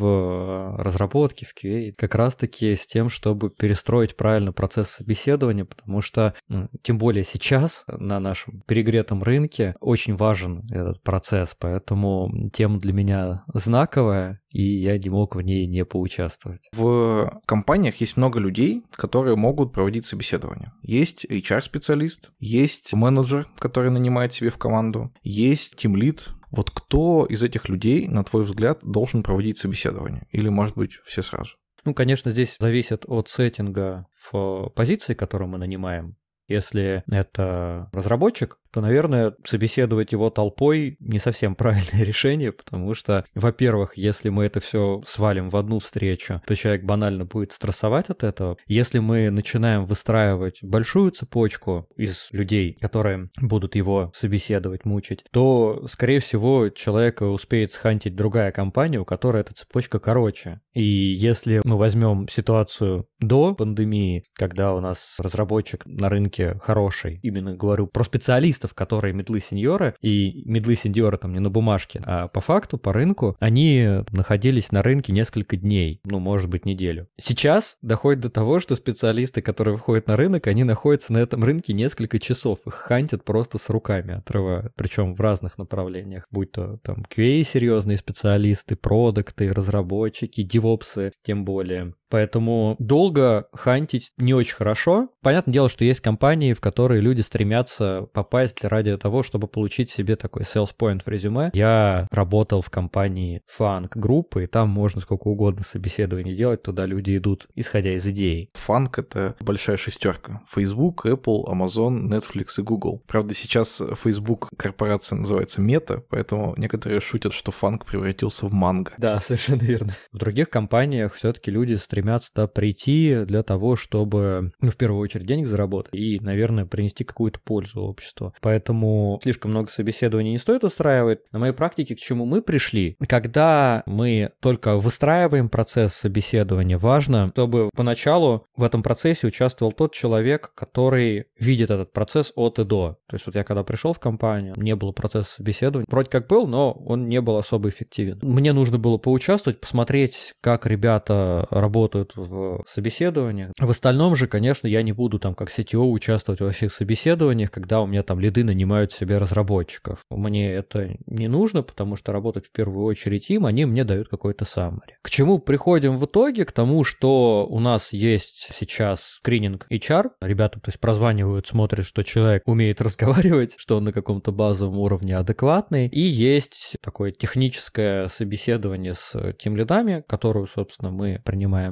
в разработке, в QA, как раз-таки с тем, чтобы перестроить правильно процесс собеседования, потому что, тем более сейчас на нашем перегретом рынке очень важен этот процесс, поэтому тема для меня знаковая, и я не мог в ней не поучаствовать. В компаниях есть много людей, которые могут проводить собеседование. Есть HR-специалист, есть менеджер, который нанимает себе в команду, есть тимлид. Вот кто из этих людей, на твой взгляд, должен проводить собеседование? Или, может быть, все сразу? Ну, конечно, здесь зависит от сеттинга в позиции, которую мы нанимаем. Если это разработчик, то, наверное, собеседовать его толпой не совсем правильное решение, потому что, во-первых, если мы это все свалим в одну встречу, то человек банально будет стрессовать от этого. Если мы начинаем выстраивать большую цепочку из людей, которые будут его собеседовать, мучить, то, скорее всего, человека успеет схантить другая компания, у которой эта цепочка короче. И если мы возьмем ситуацию до пандемии, когда у нас разработчик на рынке хороший, именно говорю про специалистов, которые медлы-сеньоры, и медлы-сеньоры там не на бумажке, а по факту, по рынку, они находились на рынке несколько дней, ну, может быть, неделю. Сейчас доходит до того, что специалисты, которые выходят на рынок, они находятся на этом рынке несколько часов, их хантят просто с руками, отрывают, причем в разных направлениях, будь то там QA серьезные специалисты, продакты, разработчики, девопсы, тем более. Поэтому долго хантить не очень хорошо. Понятное дело, что есть компании, в которые люди стремятся попасть ради того, чтобы получить себе такой sales point в резюме. Я работал в компании Funk Group, и там можно сколько угодно собеседований делать, туда люди идут, исходя из идей. Funk — это большая шестерка. Facebook, Apple, Amazon, Netflix и Google. Правда, сейчас Facebook корпорация называется Meta, поэтому некоторые шутят, что Funk превратился в Mango. Да, совершенно верно. В других компаниях все-таки люди стремятся туда прийти для того, чтобы, в первую очередь, денег заработать и, наверное, принести какую-то пользу обществу. Поэтому слишком много собеседований не стоит устраивать. На моей практике к чему мы пришли? Когда мы только выстраиваем процесс собеседования, важно, чтобы поначалу в этом процессе участвовал тот человек, который видит этот процесс от и до. То есть вот я когда пришел в компанию, не было процесса собеседования. Вроде как был, но он не был особо эффективен. Мне нужно было поучаствовать, посмотреть, как ребята работают в собеседованиях. В остальном же, конечно, я не буду там как CTO участвовать во всех собеседованиях, когда у меня там лиды нанимают себе разработчиков. Мне это не нужно, потому что работать в первую очередь им, они мне дают какой-то summary. К чему приходим в итоге? К тому, что у нас есть сейчас скрининг HR. Ребята, то есть, прозванивают, смотрят, что человек умеет разговаривать, что он на каком-то базовом уровне адекватный. И есть такое техническое собеседование с тимлидами, которую, собственно, мы принимаем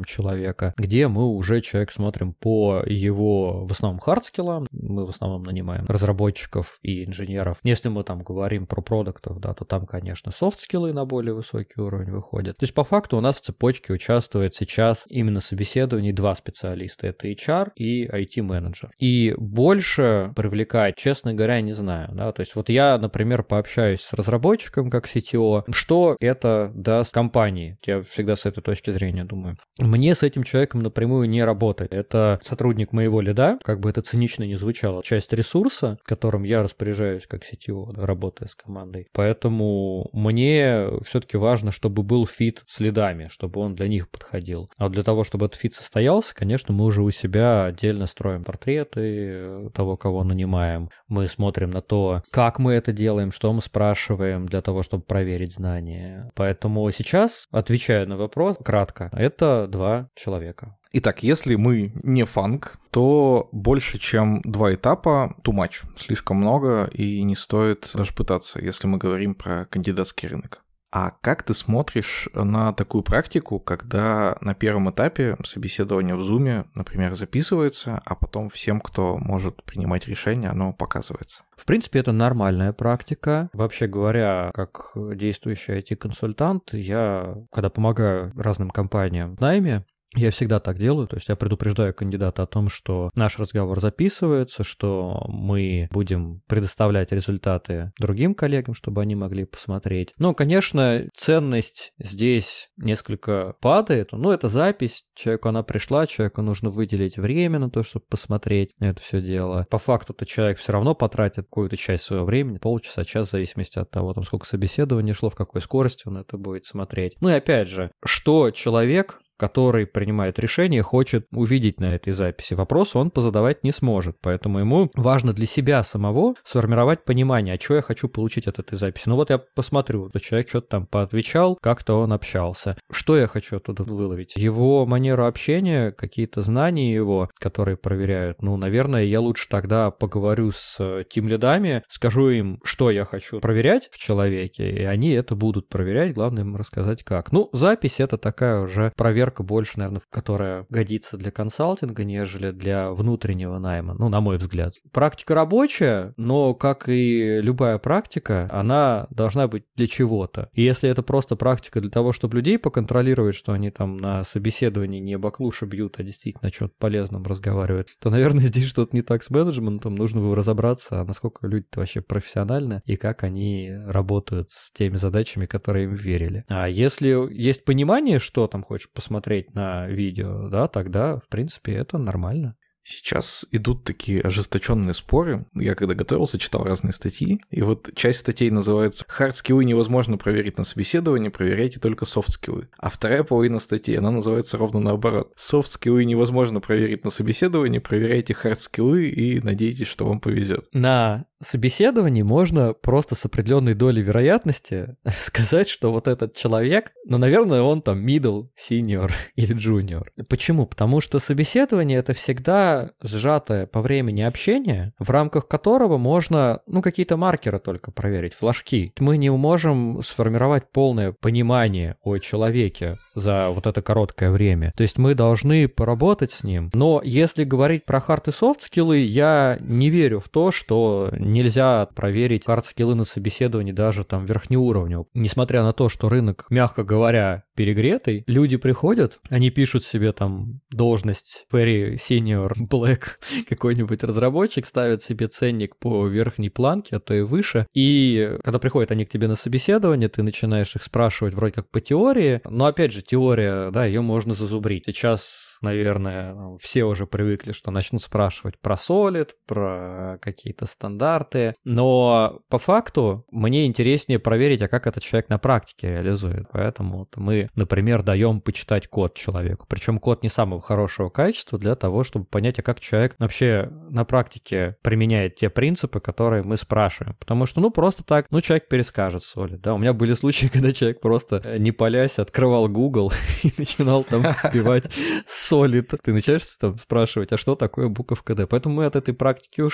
нанимаем человека, где мы уже человек смотрим по его, в основном, хардскиллам, мы в основном нанимаем разработчиков и инженеров. Если мы там говорим про продуктов, да, то там, конечно, софт-скиллы на более высокий уровень выходят. То есть, по факту, у нас в цепочке участвует сейчас именно собеседований 2 специалиста. Это HR и IT-менеджер. И больше привлекать, честно говоря, не знаю. Да? То есть, вот я, например, пообщаюсь с разработчиком как CTO, что это даст компании. Я всегда с этой точки зрения думаю. Мне с этим человеком напрямую не работать. Это сотрудник моего лида, как бы это цинично не звучало, часть ресурса, которым я распоряжаюсь как CTO, работая с командой. Поэтому мне все-таки важно, чтобы был фит с лидами, чтобы он для них подходил. А для того, чтобы этот фит состоялся, конечно, мы уже у себя отдельно строим портреты того, кого нанимаем. Мы смотрим на то, как мы это делаем, что мы спрашиваем для того, чтобы проверить знания. Поэтому сейчас, отвечая на вопрос, кратко, это 2 человека. Итак, если мы не фанк, то больше, чем 2 этапа, too much. Слишком много и не стоит даже пытаться, если мы говорим про кандидатский рынок. А как ты смотришь на такую практику, когда на первом этапе собеседование в Zoom, например, записывается, а потом всем, кто может принимать решения, оно показывается? В принципе, это нормальная практика. Вообще говоря, как действующий IT-консультант, я, когда помогаю разным компаниям в найме, я всегда так делаю, то есть я предупреждаю кандидата о том, что наш разговор записывается, что мы будем предоставлять результаты другим коллегам, чтобы они могли посмотреть. Но, конечно, ценность здесь несколько падает, но это запись, человеку она пришла, человеку нужно выделить время на то, чтобы посмотреть это все дело. По факту-то человек все равно потратит какую-то часть своего времени, полчаса, час, в зависимости от того, там, сколько собеседований шло, в какой скорости он это будет смотреть. Ну и опять же, что человек, который принимает решение, хочет увидеть на этой записи. Вопрос он позадавать не сможет, поэтому ему важно для себя самого сформировать понимание, а что я хочу получить от этой записи. Ну вот я посмотрю, что человек что-то там поотвечал, как-то он общался. Что я хочу оттуда выловить? Его манеру общения, какие-то знания его, которые проверяют. Ну, наверное, я лучше тогда поговорю с тимлидами, скажу им, что я хочу проверять в человеке, и они это будут проверять, главное им рассказать как. Ну, запись — это такая уже проверка больше, наверное, которая годится для консалтинга, нежели для внутреннего найма, ну, на мой взгляд. Практика рабочая, но, как и любая практика, она должна быть для чего-то. И если это просто практика для того, чтобы людей поконтролировать, что они там на собеседовании не баклуши бьют, а действительно о чем-то полезном разговаривают, то, наверное, здесь что-то не так с менеджментом, нужно было разобраться, насколько люди-то вообще профессиональны и как они работают с теми задачами, которые им верили. А если есть понимание, что там хочешь посмотреть на видео, да, тогда, в принципе, это нормально. Сейчас идут такие ожесточенные споры. Я когда готовился, читал разные статьи, и вот часть статей называется «Хардскиллы невозможно проверить на собеседовании, проверяйте только софтскиллы». А вторая половина статьи, она называется ровно наоборот. «Софтскиллы невозможно проверить на собеседовании, проверяйте хардскиллы и надейтесь, что вам повезет». На собеседовании можно просто с определенной долей вероятности сказать, что вот этот человек, ну, наверное, он там middle, senior или junior. Почему? Потому что собеседование — это всегда сжатое по времени общение, в рамках которого можно, ну, какие-то маркеры только проверить, флажки. Мы не можем сформировать полное понимание о человеке за вот это короткое время. То есть мы должны поработать с ним. Но если говорить про хард и софт скиллы, я не верю в то, что нельзя проверить хард скиллы на собеседовании даже там верхнеуровневого. Несмотря на то, что рынок, мягко говоря, перегретый, люди приходят, они пишут себе там должность very senior black, какой-нибудь разработчик, ставят себе ценник по верхней планке, а то и выше, и когда приходят они к тебе на собеседование, ты начинаешь их спрашивать вроде как по теории, но опять же теория, да, ее можно зазубрить. Сейчас, наверное, все уже привыкли, что начнут спрашивать про Solid, про какие-то стандарты, но по факту мне интереснее проверить, а как этот человек на практике реализует. Поэтому вот мы, например, даем почитать код человеку. Причем код не самого хорошего качества для того, чтобы понять, а как человек вообще на практике применяет те принципы, которые мы спрашиваем. Потому что, ну, просто так, ну, человек перескажет Solid. Да, у меня были случаи, когда человек просто, не палясь, открывал Google и начинал там вбивать Solid. Ты начинаешь там спрашивать, а что такое буковка D? Поэтому мы от этой практики ушли.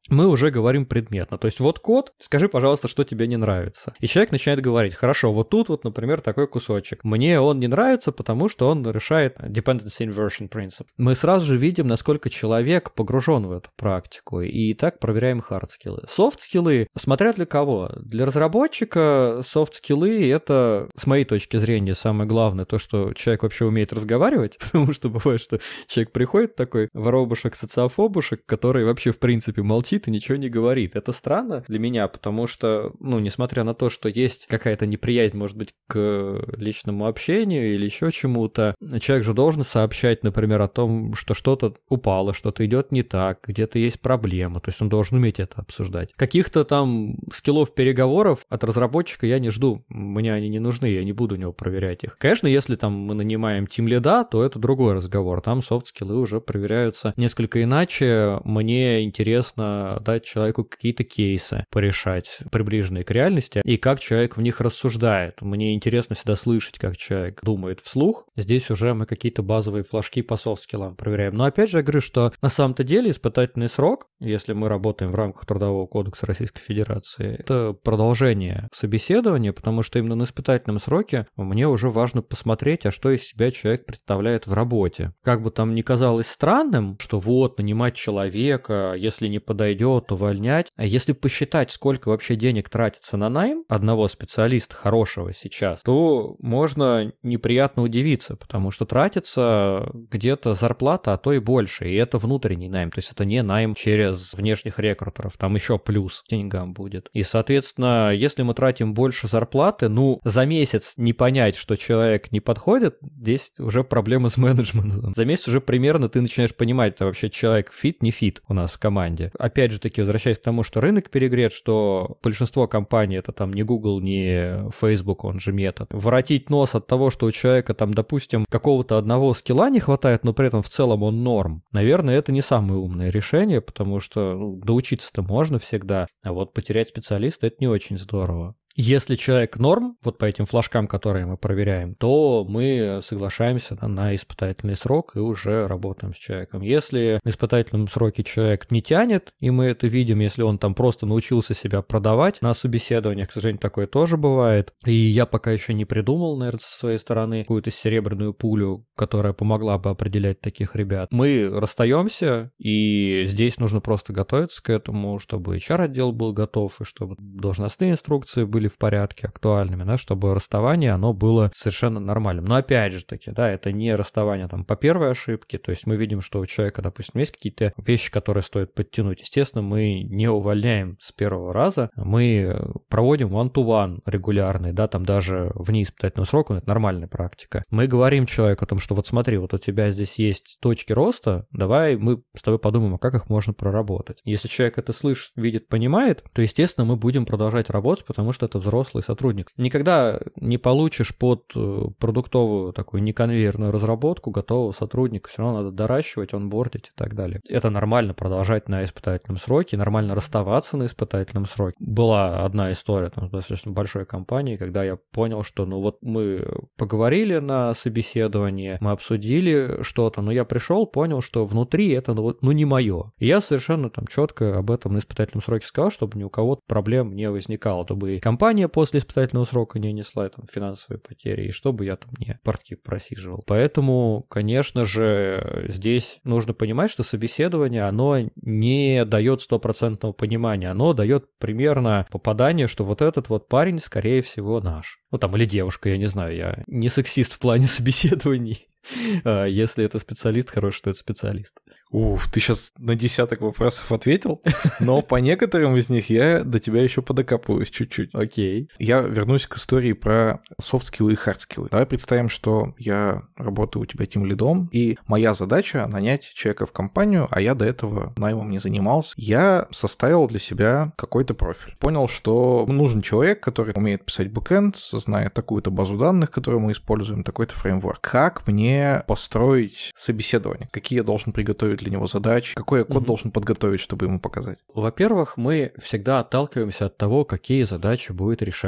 мы уже говорим предметно. То есть вот код, скажи, пожалуйста, что тебе не нравится. И человек начинает говорить, хорошо, вот тут вот, например, такой кусочек. Мне он не нравится, потому что он нарушает dependency inversion принцип. Мы сразу же видим, насколько человек погружен в эту практику. И так проверяем hard-скиллы. Soft-скиллы, смотря для кого. Для разработчика soft-скиллы — это, с моей точки зрения, самое главное, то, что человек вообще умеет разговаривать, потому что бывает, что человек приходит такой воробушек, социофобушек, который вообще в принципе молчит и ничего не говорит. Это странно для меня, потому что, несмотря на то, что есть какая-то неприязнь, может быть, к личному общению или еще чему-то, человек же должен сообщать, например, о том, что что-то упало, что-то идет не так, где-то есть проблема, то есть он должен уметь это обсуждать. Каких-то там скиллов переговоров от разработчика я не жду, мне они не нужны, я не буду у него проверять их. Конечно, если там мы нанимаем тимлида, то это другой разговор, там софт-скиллы уже проверяются несколько иначе. Мне интересно дать человеку какие-то кейсы порешать, приближенные к реальности, и как человек в них рассуждает. Мне интересно всегда слышать, как человек думает вслух. Здесь уже мы какие-то базовые флажки по софт-скиллам проверяем. Но опять же я говорю, что на самом-то деле испытательный срок, если мы работаем в рамках Трудового кодекса Российской Федерации, это продолжение собеседования, потому что именно на испытательном сроке мне уже важно посмотреть, а что из себя человек представляет в работе. Как бы там ни казалось странным, что вот, нанимать человека, если не подойдет, увольнять. А если посчитать, сколько вообще денег тратится на найм одного специалиста хорошего сейчас, то можно неприятно удивиться, потому что тратится где-то зарплата, а то и больше. И это внутренний найм, то есть это не найм через внешних рекрутеров, там еще плюс деньгам будет. И, соответственно, если мы тратим больше зарплаты, за месяц не понять, что человек не подходит, здесь уже проблема с менеджментом. За месяц уже примерно ты начинаешь понимать, это вообще человек фит, не фит у нас в команде. Опять же таки, возвращаясь к тому, что рынок перегрет, что большинство компаний это там не Google, не Facebook, он же Meta. Воротить нос от того, что у человека там, допустим, какого-то одного скилла не хватает, но при этом в целом он норм. Наверное, это не самое умное решение, потому что доучиться-то можно всегда, а вот потерять специалиста — это не очень здорово. Если человек норм, вот по этим флажкам, которые мы проверяем, то мы соглашаемся на испытательный срок и уже работаем с человеком. Если на испытательном сроке человек не тянет, и мы это видим, если он там просто научился себя продавать на собеседованиях, к сожалению, такое тоже бывает. И я пока еще не придумал, наверное, со своей стороны какую-то серебряную пулю, которая помогла бы определять таких ребят. Мы расстаемся, и здесь нужно просто готовиться к этому, чтобы HR-отдел был готов, и чтобы должностные инструкции были в порядке, актуальными, чтобы расставание, оно было совершенно нормальным. Но опять же таки, это не расставание там по первой ошибке, то есть мы видим, что у человека, допустим, есть какие-то вещи, которые стоит подтянуть. Естественно, мы не увольняем с первого раза, мы проводим one-to-one регулярный, там даже вне испытательного срока, это нормальная практика. Мы говорим человеку о том, что вот смотри, вот у тебя здесь есть точки роста, давай мы с тобой подумаем, как их можно проработать. Если человек это слышит, видит, понимает, то, естественно, мы будем продолжать работать, потому что это взрослый сотрудник. Никогда не получишь под продуктовую такую неконвейерную разработку готового сотрудника. Все равно надо доращивать, онбордить и так далее. Это нормально продолжать на испытательном сроке, нормально расставаться на испытательном сроке. Была одна история там, в достаточно большой компании, когда я понял, что мы поговорили на собеседовании, мы обсудили что-то, но я пришел, понял, что внутри это не мое. И я совершенно там четко об этом на испытательном сроке сказал, чтобы ни у кого проблем не возникало, чтобы и компания после испытательного срока не несла там финансовые потери, и чтобы я там не портки просиживал. Поэтому, конечно же, здесь нужно понимать, что собеседование, оно не дает стопроцентного понимания, оно дает примерно попадание, что вот этот вот парень, скорее всего, наш. Или девушка, я не знаю, я не сексист в плане собеседований. Если это специалист хороший, то это специалист. Ты сейчас на десяток вопросов ответил, но по некоторым из них я до тебя еще подокапываюсь чуть-чуть. Окей. Я вернусь к истории про софт-скиллы и хард-скиллы. Давай представим, что я работаю у тебя тимлидом, и моя задача — нанять человека в компанию, а я до этого наймом не занимался. Я составил для себя какой-то профиль. Понял, что нужен человек, который умеет писать бэкэнд, знает такую-то базу данных, которую мы используем, такой-то фреймворк. Как мне построить собеседование? Какие я должен приготовить для него задачи? Какой я код должен подготовить, чтобы ему показать? Во-первых, мы всегда отталкиваемся от того, какие задачи будет решать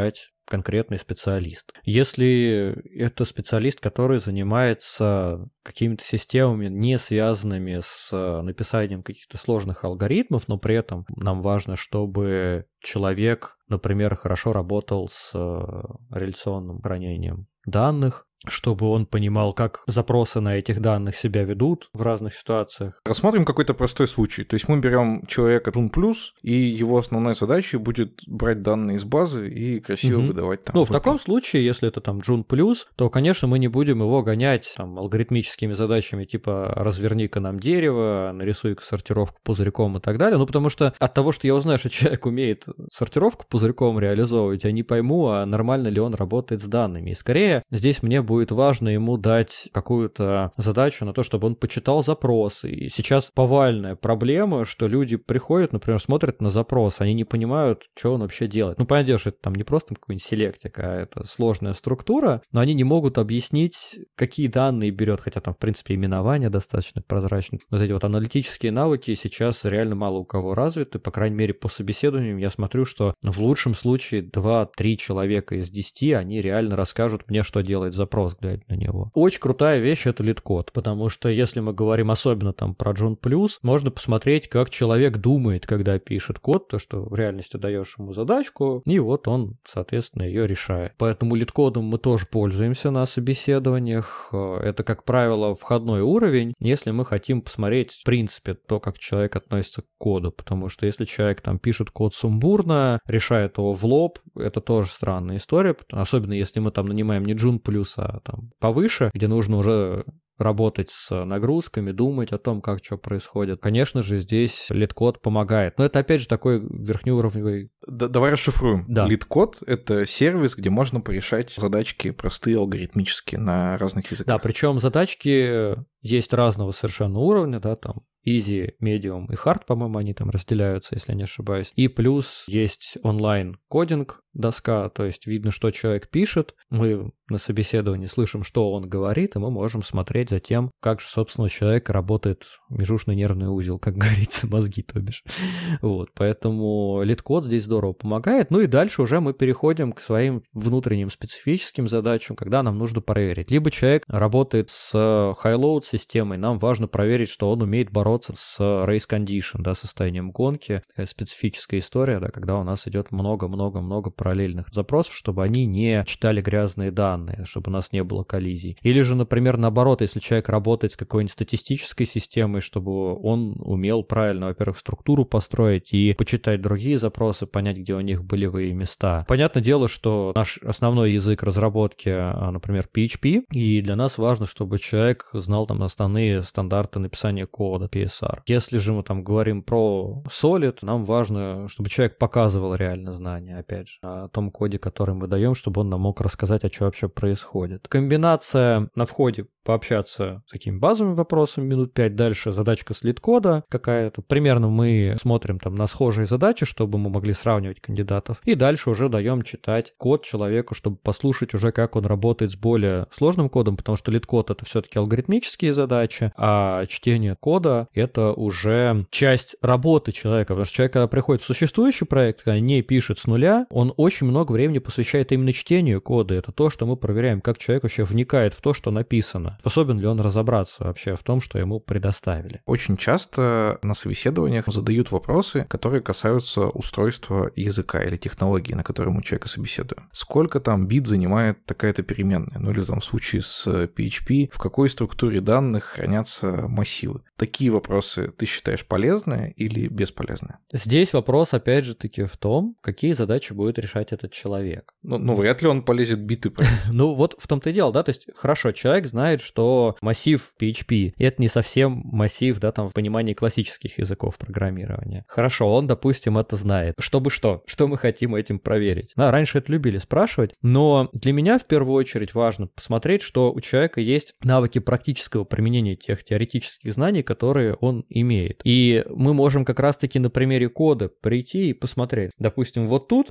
конкретный специалист. Если это специалист, который занимается какими-то системами, не связанными с написанием каких-то сложных алгоритмов, но при этом нам важно, чтобы человек, например, хорошо работал с реляционным хранением данных, чтобы он понимал, как запросы на этих данных себя ведут в разных ситуациях. Рассмотрим какой-то простой случай. То есть мы берем человека Jun+, и его основной задачей будет брать данные из базы и красиво выдавать там. Ну, в таком случае, если это там Jun+, то, конечно, мы не будем его гонять там алгоритмическими задачами типа «разверни-ка нам дерево», «нарисуй-ка сортировку пузырьком» и так далее. Ну, потому что от того, что я узнаю, что человек умеет сортировку пузырьком реализовывать, я не пойму, а нормально ли он работает с данными. И скорее здесь мне будет важно ему дать какую-то задачу на то, чтобы он почитал запросы. И сейчас повальная проблема, что люди приходят, например, смотрят на запрос, они не понимают, что он вообще делает. Ну, понятно, что это там не просто какой-нибудь селектик, а это сложная структура, но они не могут объяснить, какие данные берет, хотя там, в принципе, именование достаточно прозрачно. Вот эти вот аналитические навыки сейчас реально мало у кого развиты, по крайней мере, по собеседованиям я смотрю, что в лучшем случае 2-3 человека из 10, они реально расскажут мне, что делает запрос, глядя на него. Очень крутая вещь — это лид-код, потому что если мы говорим особенно там про Jun+, можно посмотреть, как человек думает, когда пишет код, то, что в реальности даешь ему задачку, и вот он, соответственно, ее решает. Поэтому лид-кодом мы тоже пользуемся на собеседованиях. Это, как правило, входной уровень, если мы хотим посмотреть, в принципе, то, как человек относится к коду, потому что если человек там пишет код сумбурно, решает его в лоб, это тоже странная история, особенно если мы там нанимаем не Jun+, а там повыше, где нужно уже работать с нагрузками, думать о том, как что происходит. Конечно же, здесь лид-код помогает. Но это, опять же, такой верхнеуровневый... Давай расшифруем. Да. Лид-код — это сервис, где можно порешать задачки простые, алгоритмические, на разных языках. Да, причем задачки есть разного совершенно уровня, да, там Easy, Medium и Hard, по-моему, они там разделяются, если я не ошибаюсь. И плюс есть онлайн-кодинг, доска, то есть видно, что человек пишет, мы на собеседовании слышим, что он говорит, и мы можем смотреть за тем, как же, собственно, у человека работает межушный нервный узел, как говорится, мозги, то бишь. Вот, поэтому лид-код здесь здорово помогает. Ну и дальше уже мы переходим к своим внутренним специфическим задачам, когда нам нужно проверить. Либо человек работает с high-load системой, нам важно проверить, что он умеет бороться с race condition, да, состоянием гонки. Такая специфическая история, да, когда у нас идет много-много-много параллельных запросов, чтобы они не читали грязные данные, чтобы у нас не было коллизий. Или же, например, наоборот, если человек работает с какой-нибудь статистической системой, чтобы он умел правильно, во-первых, структуру построить и почитать другие запросы, понять, где у них болевые места. Понятное дело, что наш основной язык разработки, например, PHP, и для нас важно, чтобы человек знал там основные стандарты написания кода, PSR. Если же мы там говорим про Solid, нам важно, чтобы человек показывал реально знания, опять же, о том коде, который мы даем, чтобы он нам мог рассказать, о чем вообще происходит. Комбинация на входе пообщаться с такими базовыми вопросами минут 5, дальше задачка с лид-кода какая-то. Примерно мы смотрим там на схожие задачи, чтобы мы могли сравнивать кандидатов. И дальше уже даем читать код человеку, чтобы послушать уже, как он работает с более сложным кодом, потому что лид-код — это все-таки алгоритмические задачи, а чтение кода — это уже часть работы человека. Потому что человек, когда приходит в существующий проект, когда не пишет с нуля, он очень много времени посвящает именно чтению кода. Это то, что мы проверяем, как человек вообще вникает в то, что написано. Способен ли он разобраться вообще в том, что ему предоставили. Очень часто на собеседованиях задают вопросы, которые касаются устройства языка или технологии, на которой мы человека собеседуем. Сколько там бит занимает такая-то переменная? Ну или там в случае с PHP, в какой структуре данных хранятся массивы? Такие вопросы ты считаешь полезные или бесполезные? Здесь вопрос, опять же таки, в том, какие задачи будет решать этот человек. Ну вряд ли он полезет биты. Ну вот в том-то и дело, да, то есть хорошо, человек знает, что массив PHP, и это не совсем массив, да, там в понимании классических языков программирования. Хорошо, он, допустим, это знает. Чтобы что? Что мы хотим этим проверить? Да, раньше это любили спрашивать, но для меня в первую очередь важно посмотреть, что у человека есть навыки практического применения тех теоретических знаний, которые он имеет. И мы можем как раз-таки на примере кода прийти и посмотреть. Допустим, вот тут цикл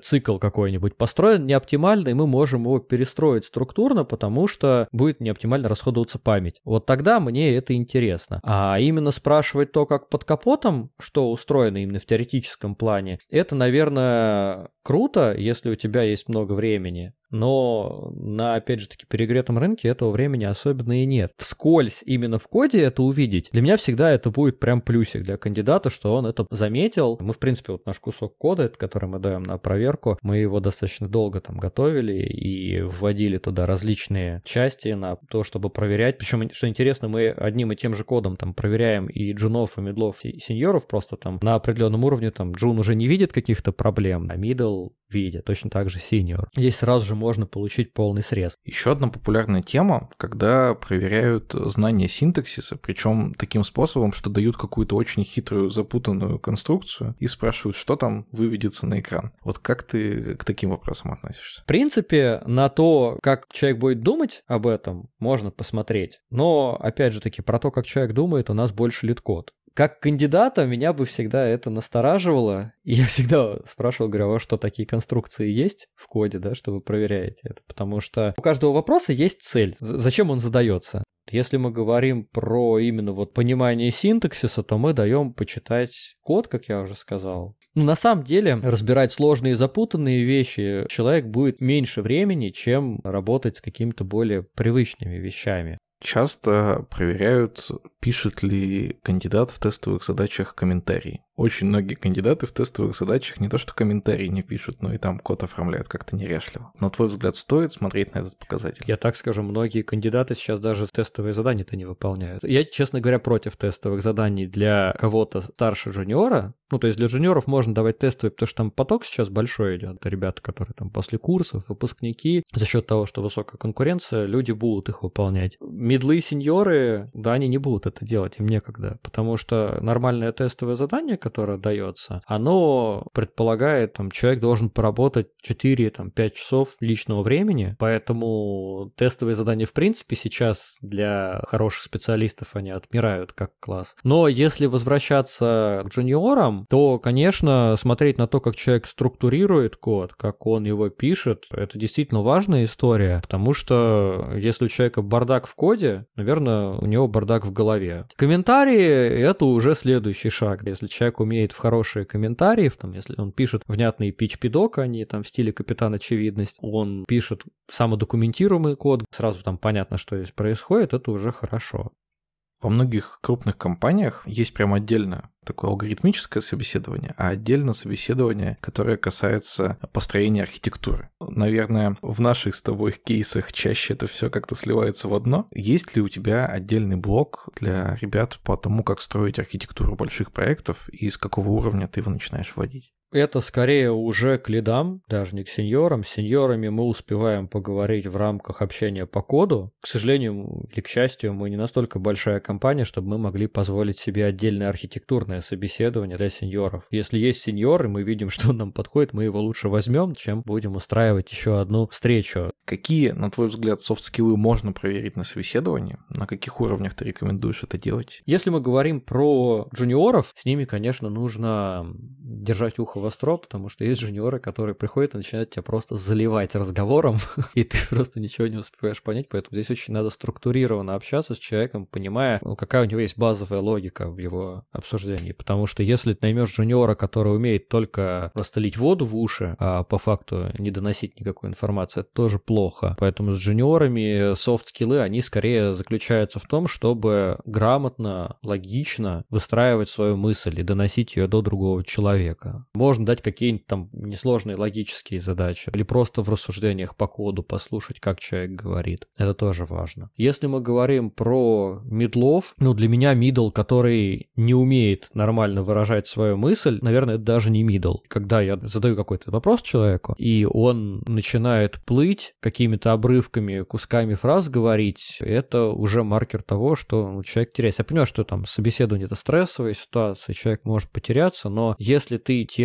какой-нибудь построен неоптимально, и мы можем его перестроить структурно, потому что будет неоптимально расходоваться память. Вот тогда мне это интересно. А именно спрашивать то, как под капотом, что устроено именно в теоретическом плане, это, наверное, круто, если у тебя есть много времени. Но на, опять же таки, перегретом рынке этого времени особенно и нет. Вскользь именно в коде это увидеть, для меня всегда это будет прям плюсик для кандидата, что он это заметил. Мы, в принципе, вот наш кусок кода, который мы даем на проверку, мы его достаточно долго там готовили и вводили туда различные части на то, чтобы проверять. Причем, что интересно, мы одним и тем же кодом там проверяем и джунов, и мидлов, и сеньоров, просто там на определенном уровне там джун уже не видит каких-то проблем, а мидл видит, точно так же сеньор. Здесь сразу же можно получить полный срез. Еще одна популярная тема, когда проверяют знание синтаксиса, причем таким способом, что дают какую-то очень хитрую, запутанную конструкцию и спрашивают, что там выведется на экран. Вот как ты к таким вопросам относишься? В принципе, на то, как человек будет думать об этом, можно посмотреть. Но, опять же таки, про то, как человек думает, у нас больше лид-код. Как кандидата меня бы всегда это настораживало, и я всегда спрашивал, говорю, а что такие конструкции есть в коде, да, что вы проверяете это, потому что у каждого вопроса есть цель, зачем он задается. Если мы говорим про именно вот понимание синтаксиса, то мы даем почитать код, как я уже сказал. Но на самом деле разбирать сложные и запутанные вещи человек будет меньше времени, чем работать с какими-то более привычными вещами. Часто проверяют, пишет ли кандидат в тестовых задачах комментарии. Очень многие кандидаты в тестовых задачах не то что комментарии не пишут, но и там код оформляют как-то неряшливо. На твой взгляд, стоит смотреть на этот показатель? Я так скажу, многие кандидаты сейчас даже тестовые задания-то не выполняют. Я, честно говоря, против тестовых заданий для кого-то старше джуниора. Ну, то есть для джуниоров можно давать тестовые, потому что там поток сейчас большой идет. Это ребята, которые там после курсов, выпускники. За счет того, что высокая конкуренция, люди будут их выполнять. Мидлы, сеньоры, да, они не будут это делать, им некогда. Потому что нормальное тестовое задание, которое дается, оно предполагает, там, человек должен поработать 4-5 часов личного времени. Поэтому тестовые задания, в принципе, сейчас для хороших специалистов они отмирают как класс. Но если возвращаться к джуниорам, то, конечно, смотреть на то, как человек структурирует код, как он его пишет, это действительно важная история, потому что если у человека бардак в коде, наверное, у него бардак в голове. Комментарии — это уже следующий шаг. Если человек умеет в хорошие комментарии, там, если он пишет внятный PHP-док, а не там в стиле Капитан Очевидность, он пишет самодокументируемый код, сразу там понятно, что здесь происходит, это уже хорошо. Во многих крупных компаниях есть прям отдельно такое алгоритмическое собеседование, а отдельно собеседование, которое касается построения архитектуры. Наверное, в наших с тобой кейсах чаще это все как-то сливается в одно. Есть ли у тебя отдельный блок для ребят по тому, как строить архитектуру больших проектов и с какого уровня ты его начинаешь вводить? Это скорее уже к лидам, даже не к сеньорам. С сеньорами мы успеваем поговорить в рамках общения по коду. К сожалению или к счастью, мы не настолько большая компания, чтобы мы могли позволить себе отдельное архитектурное собеседование для сеньоров. Если есть сеньор, и мы видим, что он нам подходит, мы его лучше возьмем, чем будем устраивать еще одну встречу. Какие, на твой взгляд, софт-скиллы можно проверить на собеседовании? На каких уровнях ты рекомендуешь это делать? Если мы говорим про джуниоров, с ними, конечно, нужно держать ухо востро, потому что есть джуниоры, которые приходят и начинают тебя просто заливать разговором, и ты просто ничего не успеваешь понять, поэтому здесь очень надо структурированно общаться с человеком, понимая, какая у него есть базовая логика в его обсуждении, потому что если ты наймешь джуниора, который умеет только просто лить воду в уши, а по факту не доносить никакой информации, это тоже плохо. Поэтому с джуниорами софт-скиллы, они скорее заключаются в том, чтобы грамотно, логично выстраивать свою мысль и доносить ее до другого человека. Можно дать какие-нибудь там несложные логические задачи или просто в рассуждениях по коду послушать, как человек говорит. Это тоже важно. Если мы говорим про мидлов, для меня мидл, который не умеет нормально выражать свою мысль, наверное, это даже не мидл. Когда я задаю какой-то вопрос человеку, и он начинает плыть какими-то обрывками, кусками фраз говорить, это уже маркер того, что человек теряется. Я понимаю, что там собеседование — это стрессовая ситуация, человек может потеряться, но если ты тему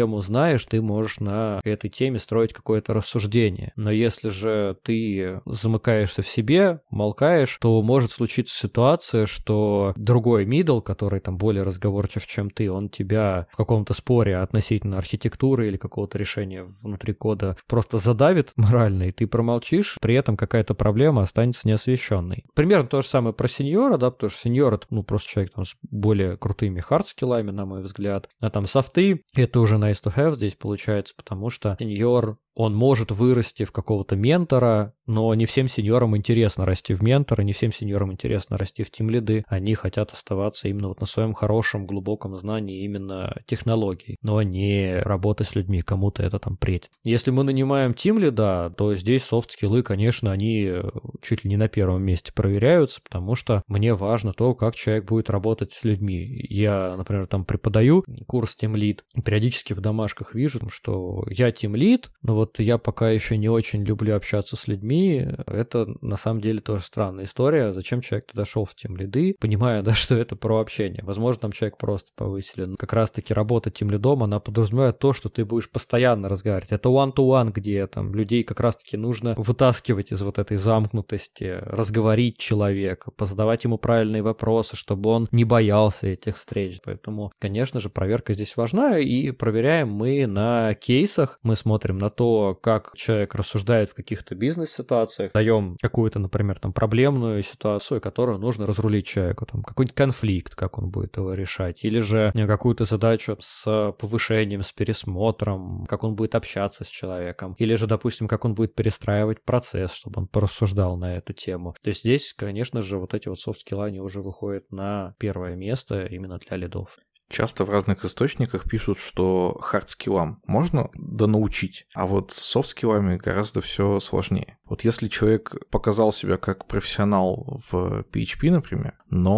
тему знаешь, ты можешь на этой теме строить какое-то рассуждение. Но если же ты замыкаешься в себе, молкаешь, то может случиться ситуация, что другой middle, который там более разговорчив, чем ты, он тебя в каком-то споре относительно архитектуры или какого-то решения внутри кода просто задавит морально, и ты промолчишь, при этом какая-то проблема останется неосвещенной. Примерно то же самое про сеньора, да, потому что сеньор — это, просто человек там с более крутыми хард-скиллами, на мой взгляд, а там софты — это уже nice to have здесь получается, потому что сеньор, он может вырасти в какого-то ментора, но не всем сеньорам интересно расти в ментора, не всем сеньорам интересно расти в тимлиды. Они хотят оставаться именно вот на своем хорошем, глубоком знании именно технологий, но не работать с людьми, кому-то это там претит. Если мы нанимаем тимлида, то здесь софт-скиллы, конечно, они чуть ли не на первом месте проверяются, потому что мне важно то, как человек будет работать с людьми. Я, например, там преподаю курс тимлид, и периодически в домашках вижу, что я тимлид, но вот я пока еще не очень люблю общаться с людьми. Это на самом деле тоже странная история. Зачем человек туда шел в тимлиды, понимая, да, что это про общение. Возможно, там человек просто повысили. Но как раз-таки работа тимлидом, она подразумевает то, что ты будешь постоянно разговаривать. Это one-to-one, где там людей как раз-таки нужно вытаскивать из вот этой замкнутости, разговорить человека, позадавать ему правильные вопросы, чтобы он не боялся этих встреч. Поэтому, конечно же, проверка здесь важна, и проверяем мы на кейсах. Мы смотрим на то, как человек рассуждает в каких-то бизнес-ситуациях, даем какую-то, например, там проблемную ситуацию, которую нужно разрулить человеку, там какой-нибудь конфликт, как он будет его решать, или же какую-то задачу с повышением, с пересмотром, как он будет общаться с человеком, или же, допустим, как он будет перестраивать процесс, чтобы он порассуждал на эту тему. То есть здесь, конечно же, вот эти вот софт-скиллы, они уже выходят на первое место именно для лидов. Часто в разных источниках пишут, что хард-скиллам можно донаучить, а вот софт-скиллами гораздо все сложнее. Вот если человек показал себя как профессионал в PHP, например,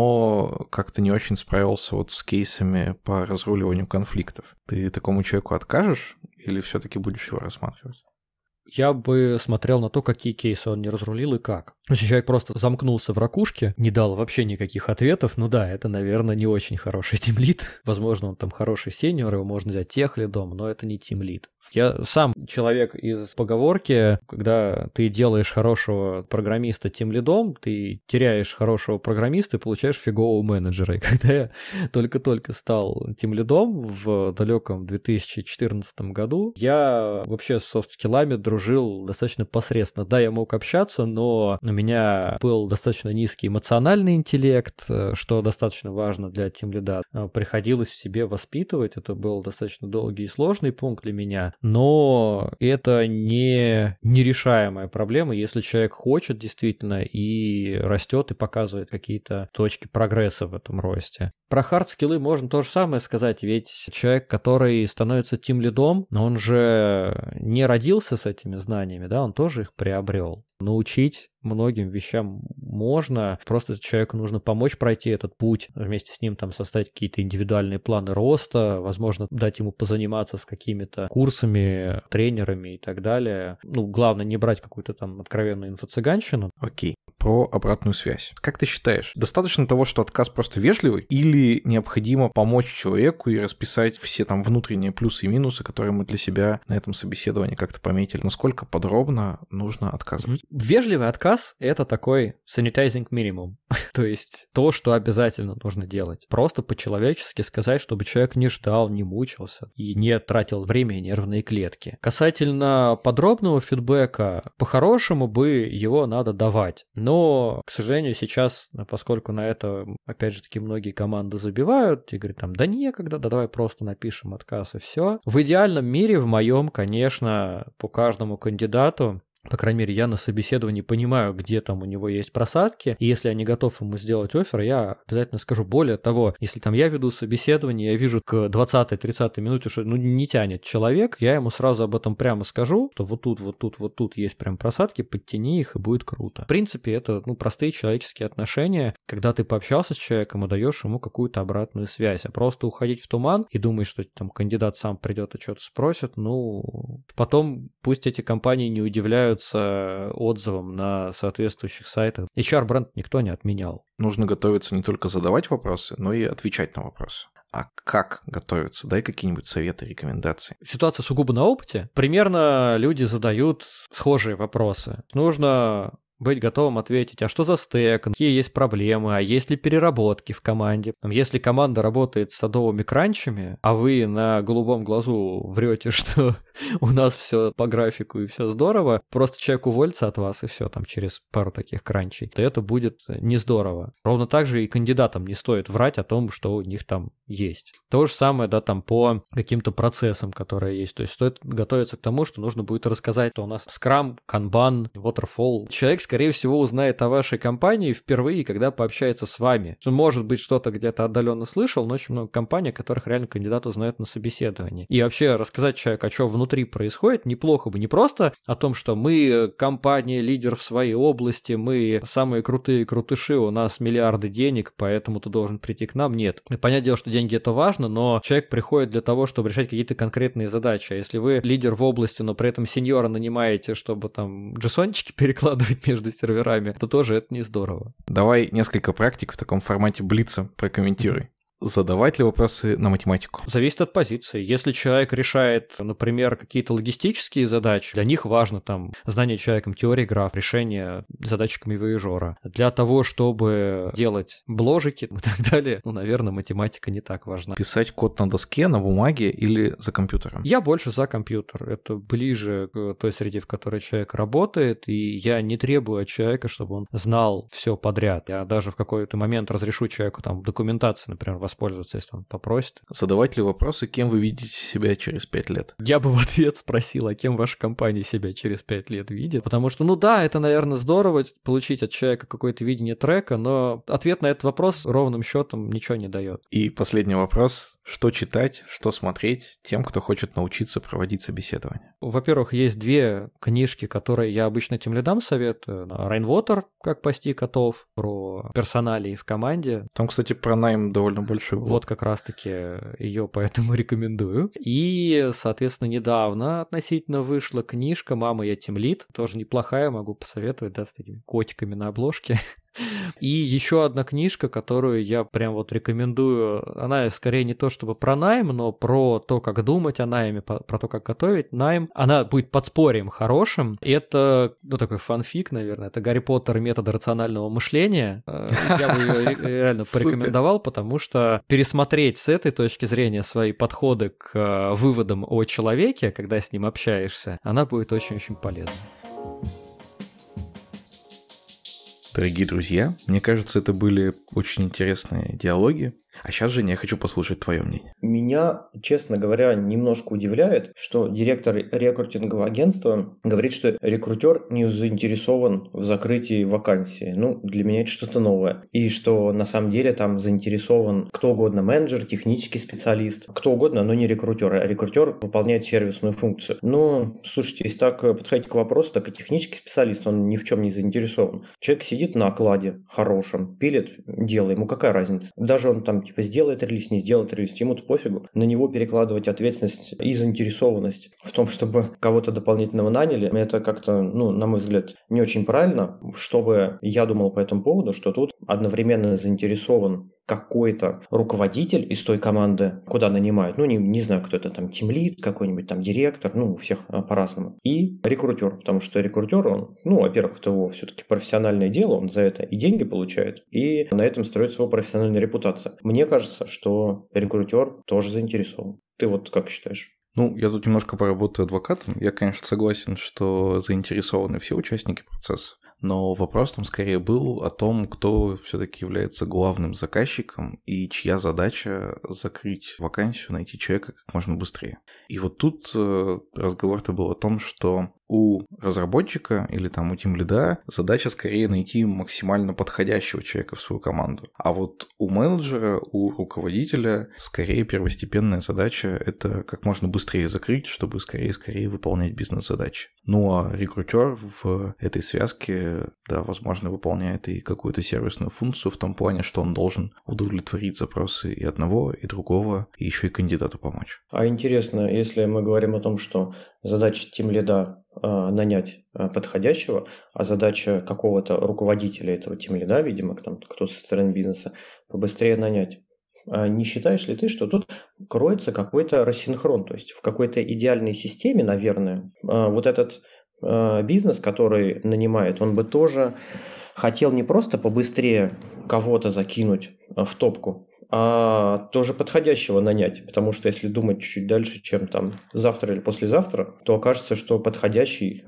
но как-то не очень справился вот с кейсами по разруливанию конфликтов, ты такому человеку откажешь или все-таки будешь его рассматривать? Я бы смотрел на то, какие кейсы он не разрулил и как. Если человек просто замкнулся в ракушке, не дал вообще никаких ответов, ну да, это, наверное, не очень хороший тимлид. Возможно, он там хороший сеньор, его можно взять техлидом, но это не тимлид. Я сам человек из поговорки, когда ты делаешь хорошего программиста тимлидом, ты теряешь хорошего программиста и получаешь фигового менеджера. И когда я только-только стал тимлидом в далеком 2014 году, я вообще с софт-скиллами дружил достаточно посредственно. Да, я мог общаться, но у меня был достаточно низкий эмоциональный интеллект, что достаточно важно для тимлида. Приходилось в себе воспитывать, это был достаточно долгий и сложный пункт для меня. Но это не нерешаемая проблема, если человек хочет действительно и растет, и показывает какие-то точки прогресса в этом росте. Про хард-скиллы можно то же самое сказать, ведь человек, который становится тимлидом, он же не родился с этими знаниями, да, он тоже их приобрел. Научить многим вещам можно, просто человеку нужно помочь пройти этот путь, вместе с ним там составить какие-то индивидуальные планы роста, возможно, дать ему позаниматься с какими-то курсами, тренерами и так далее. Ну, главное, не брать какую-то там откровенную инфо-цыганщину. Окей. Про обратную связь. Как ты считаешь, достаточно того, что отказ просто вежливый, или необходимо помочь человеку и расписать все там внутренние плюсы и минусы, которые мы для себя на этом собеседовании как-то пометили? Насколько подробно нужно отказывать? Вежливый отказ — это такой sanitizing minimum, то есть то, что обязательно нужно делать. Просто по-человечески сказать, чтобы человек не ждал, не мучился и не тратил время и нервные клетки. Касательно подробного фидбэка, по-хорошему бы его надо давать, но, к сожалению, сейчас, поскольку на это, опять же таки, многие команды забивают и говорят там, да некогда, да давай просто напишем отказ и все. В идеальном мире, в моем, конечно, по каждому кандидату, по крайней мере, я на собеседовании понимаю, где там у него есть просадки, и если я не готов ему сделать оффер, я обязательно скажу. Более того, если там я веду собеседование, я вижу к 20-30 минуте, что не тянет человек, я ему сразу об этом прямо скажу, что вот тут есть прям просадки, подтяни их, и будет круто. В принципе, это простые человеческие отношения, когда ты пообщался с человеком и даешь ему какую-то обратную связь, а просто уходить в туман и думать, что там кандидат сам придет и что-то спросит, потом пусть эти компании не удивляют отзывам на соответствующих сайтах. HR-бренд никто не отменял. Нужно готовиться не только задавать вопросы, но и отвечать на вопросы. А как готовиться? Дай какие-нибудь советы, рекомендации. Ситуация сугубо на опыте. Примерно люди задают схожие вопросы. Нужно быть готовым ответить, а что за стэк, какие есть проблемы, а есть ли переработки в команде. Если команда работает с садовыми кранчами, а вы на голубом глазу врете, что у нас все по графику и все здорово, просто человек уволится от вас и все, там через пару таких кранчей, то это будет не здорово. Ровно так же и кандидатам не стоит врать о том, что у них там есть. То же самое, да, там по каким-то процессам, которые есть. То есть стоит готовиться к тому, что нужно будет рассказать, что у нас Scrum, Kanban, Waterfall. Человек, скорее всего, узнает о вашей компании впервые, когда пообщается с вами. Может быть, что-то где-то отдаленно слышал, но очень много компаний, о которых реально кандидат узнает на собеседовании. И вообще рассказать человеку, а что внутри происходит, неплохо бы. Не просто о том, что мы компания, лидер в своей области, мы самые крутые крутыши, у нас миллиарды денег, поэтому ты должен прийти к нам. Нет. Понятное дело, что деньги это важно, но человек приходит для того, чтобы решать какие-то конкретные задачи. А если вы лидер в области, но при этом сеньора нанимаете, чтобы там джессончики перекладывать между серверами, то тоже это не здорово. Давай несколько практик в таком формате блица прокомментируй. Задавать ли вопросы на математику? Зависит от позиции. Если человек решает, например, какие-то логистические задачи, для них важно там знание человеком теории граф, решение задач камевояжера. Для того, чтобы делать бложики и так далее, наверное, математика не так важна. Писать код на доске, на бумаге или за компьютером? Я больше за компьютер. Это ближе к той среде, в которой человек работает, и я не требую от человека, чтобы он знал все подряд. Я даже в какой-то момент разрешу человеку там документации, например, воспользоваться, если он попросит. Задавать ли вопросы, кем вы видите себя через 5 лет? Я бы в ответ спросил, а кем ваша компания себя через 5 лет видит? Потому что, да, это, наверное, здорово получить от человека какое-то видение трека, но ответ на этот вопрос ровным счетом ничего не дает. И последний вопрос. Что читать, что смотреть тем, кто хочет научиться проводить собеседование? Во-первых, есть 2 книжки, которые я обычно тимлидам советую. Rainwater, как пасти котов, про персоналии в команде. Там, кстати, про найм довольно большой был. Вот как раз-таки ее поэтому рекомендую. И, соответственно, недавно относительно вышла книжка «Мама, я тимлид». Тоже неплохая, могу посоветовать, да, с такими котиками на обложке. И еще одна книжка, которую я прям вот рекомендую, она скорее не то чтобы про найм, но про то, как думать о найме, про то, как готовить найм. Она будет подспорьем хорошим. Это, такой фанфик, наверное, это «Гарри Поттер. Методы рационального мышления». Я бы ее реально порекомендовал, потому что пересмотреть с этой точки зрения свои подходы к выводам о человеке, когда с ним общаешься, она будет очень-очень полезна. Дорогие друзья, мне кажется, это были очень интересные диалоги. А сейчас, Женя, я хочу послушать твое мнение. Меня, честно говоря, немножко удивляет, что директор рекрутингового агентства говорит, что рекрутер не заинтересован в закрытии вакансии. Для меня это что-то новое. И что на самом деле там заинтересован кто угодно, менеджер, технический специалист, кто угодно, но не рекрутер. А рекрутер выполняет сервисную функцию. Слушайте, если так подходить к вопросу, так и технический специалист, он ни в чем не заинтересован. Человек сидит на окладе хорошем, пилит дело, ему какая разница? Даже он там сделает релиз, не сделает релиз, ему-то пофигу. На него перекладывать ответственность и заинтересованность в том, чтобы кого-то дополнительного наняли, это как-то, на мой взгляд, не очень правильно. Чтобы я думал по этому поводу, что тут одновременно заинтересован какой-то руководитель из той команды, куда нанимают, не знаю, кто это там, тимлид, какой-нибудь там директор, у всех по-разному. И рекрутер, потому что рекрутер, он, во-первых, это его все-таки профессиональное дело, он за это и деньги получает, и на этом строится его профессиональная репутация. Мне кажется, что рекрутер тоже заинтересован. Ты вот как считаешь? Я тут немножко поработаю адвокатом. Я, конечно, согласен, что заинтересованы все участники процесса. Но вопрос там скорее был о том, кто все-таки является главным заказчиком и чья задача закрыть вакансию, найти человека как можно быстрее. И вот тут разговор-то был о том, что у разработчика или там у тимлида задача скорее найти максимально подходящего человека в свою команду. А вот у менеджера, у руководителя скорее первостепенная задача — это как можно быстрее закрыть, чтобы скорее выполнять бизнес-задачи. А рекрутер в этой связке, да, возможно, выполняет и какую-то сервисную функцию в том плане, что он должен удовлетворить запросы и одного, и другого, и еще и кандидату помочь. А интересно, если мы говорим о том, что задача тимлида нанять подходящего, а задача какого-то руководителя этого тимлида, видимо, кто со стороны бизнеса, побыстрее нанять. Не считаешь ли ты, что тут кроется какой-то рассинхрон? То есть в какой-то идеальной системе, наверное, вот этот бизнес, который нанимает, он бы тоже хотел не просто побыстрее кого-то закинуть в топку, а тоже подходящего нанять. Потому что если думать чуть-чуть дальше, чем там завтра или послезавтра, то окажется, что подходящий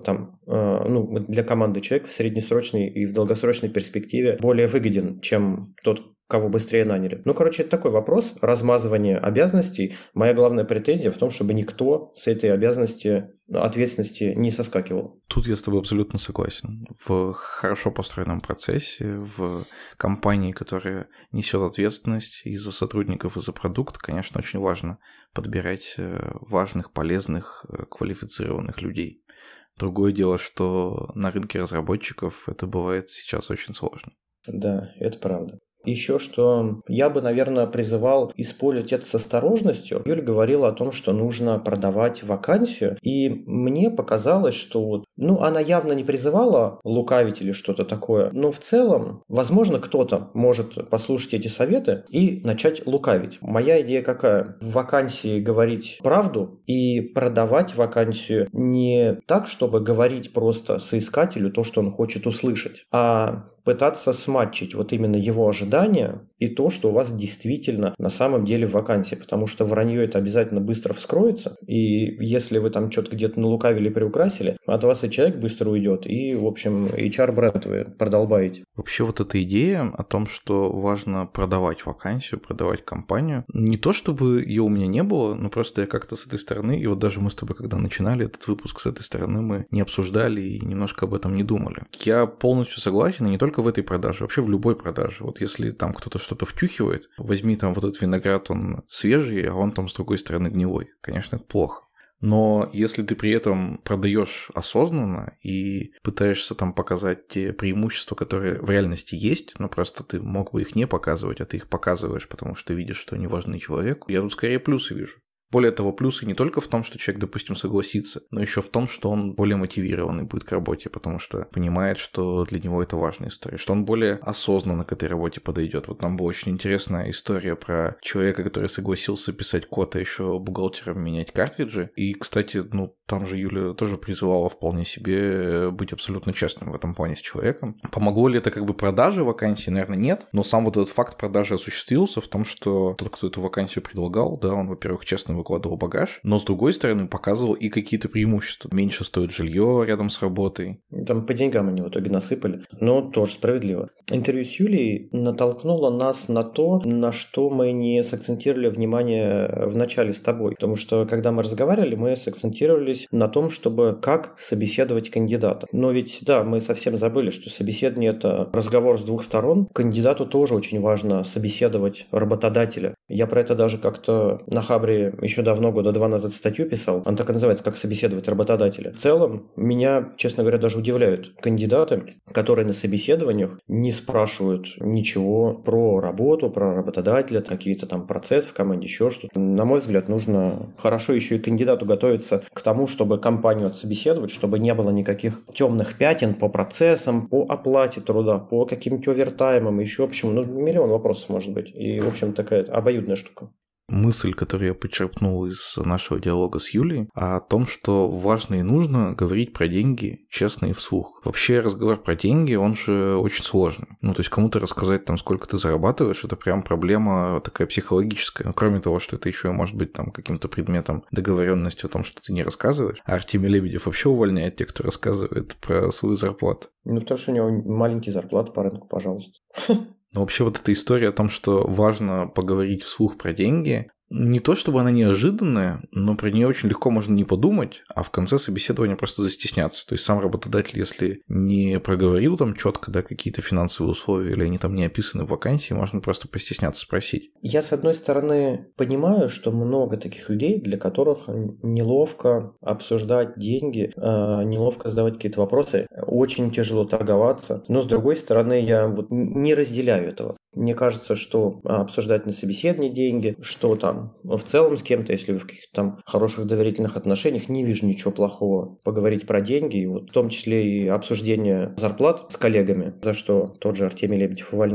для команды человек в среднесрочной и в долгосрочной перспективе более выгоден, чем тот, кого быстрее наняли. Это такой вопрос размазывания обязанностей. Моя главная претензия в том, чтобы никто с этой ответственности не соскакивал. Тут я с тобой абсолютно согласен. В хорошо построенном процессе, в компании, которая несет ответственность и за сотрудников, и за продукт, конечно, очень важно подбирать важных, полезных, квалифицированных людей. Другое дело, что на рынке разработчиков это бывает сейчас очень сложно. Да, это правда. Еще что я бы, наверное, призывал использовать это с осторожностью. Юля говорила о том, что нужно продавать вакансию, и мне показалось, что она явно не призывала лукавить или что-то такое, но в целом, возможно, кто-то может послушать эти советы и начать лукавить. Моя идея какая? В вакансии говорить правду и продавать вакансию не так, чтобы говорить просто соискателю то, что он хочет услышать, а пытаться сматчить вот именно его ожидания и то, что у вас действительно на самом деле в вакансии, потому что вранье это обязательно быстро вскроется, и если вы там что-то где-то налукавили и приукрасили, от вас и человек быстро уйдет, и, в общем, HR-бренд вы продолбаете. Вообще вот эта идея о том, что важно продавать вакансию, продавать компанию, не то чтобы ее у меня не было, но просто я как-то с этой стороны, и вот даже мы с тобой, когда начинали этот выпуск с этой стороны, мы не обсуждали и немножко об этом не думали. Я полностью согласен, и не только в этой продаже, вообще в любой продаже. Вот если там кто-то что-то втюхивает, возьми там вот этот виноград, он свежий, а он там с другой стороны гнилой. Конечно, это плохо. Но если ты при этом продаешь осознанно и пытаешься там показать те преимущества, которые в реальности есть, но просто ты мог бы их не показывать, а ты их показываешь, потому что ты видишь, что они важны человеку, я тут скорее плюсы вижу. Более того, плюсы не только в том, что человек, допустим, согласится, но еще в том, что он более мотивированный будет к работе, потому что понимает, что для него это важная история, что он более осознанно к этой работе подойдет. Вот там была очень интересная история про человека, который согласился писать код, а еще бухгалтером менять картриджи. И, кстати, там же Юля тоже призывала вполне себе быть абсолютно честным в этом плане с человеком. Помогло ли это продаже вакансии? Наверное, нет. Но сам вот этот факт продажи осуществился в том, что тот, кто эту вакансию предлагал, да, он, во-первых, честно выкладывал багаж, но, с другой стороны, показывал и какие-то преимущества. Меньше стоит жилье рядом с работой. Там по деньгам они в итоге насыпали. Но тоже справедливо. Интервью с Юлей натолкнуло нас на то, на что мы не сакцентировали внимание в начале с тобой. Потому что, когда мы разговаривали, мы сакцентировались на том, чтобы как собеседовать кандидата. Но ведь, да, мы совсем забыли, что собеседование – это разговор с двух сторон. Кандидату тоже очень важно собеседовать работодателя. Я про это даже как-то на Хабре еще давно, года 2 назад статью писал. Она так и называется «Как собеседовать работодателя». В целом, меня, честно говоря, даже удивляют кандидаты, которые на собеседованиях не спрашивают ничего про работу, про работодателя, какие-то там процессы в команде, еще что-то. На мой взгляд, нужно хорошо еще и кандидату готовиться к тому, чтобы компанию отсобеседовать, чтобы не было никаких темных пятен по процессам, по оплате труда, по каким-нибудь овертаймам, еще, в общем, миллион вопросов может быть. И, в общем, такая обоюдная штука. Мысль, которую я подчерпнул из нашего диалога с Юлей, о том, что важно и нужно говорить про деньги честно и вслух. Вообще разговор про деньги, он же очень сложный. То есть кому-то рассказать там, сколько ты зарабатываешь, это прям проблема такая психологическая. Кроме того, что это еще может быть там каким-то предметом договоренности о том, что ты не рассказываешь. А Артемий Лебедев вообще увольняет тех, кто рассказывает про свою зарплату. Потому что у него маленькие зарплаты по рынку, пожалуйста. Но вообще вот эта история о том, что важно поговорить вслух про деньги, не то чтобы она неожиданная, но про нее очень легко можно не подумать, а в конце собеседования просто застесняться. То есть сам работодатель, если не проговорил там четко, да, какие-то финансовые условия, или они там не описаны в вакансии, можно просто постесняться спросить. Я, с одной стороны, понимаю, что много таких людей, для которых неловко обсуждать деньги, неловко задавать какие-то вопросы, очень тяжело торговаться. Но, с другой стороны, я не разделяю этого. Мне кажется, что обсуждать на собеседовании деньги, что там в целом с кем-то, если вы в каких-то там хороших доверительных отношениях, не вижу ничего плохого поговорить про деньги, и в том числе и обсуждение зарплат с коллегами, за что тот же Артемий Лебедев увольняет.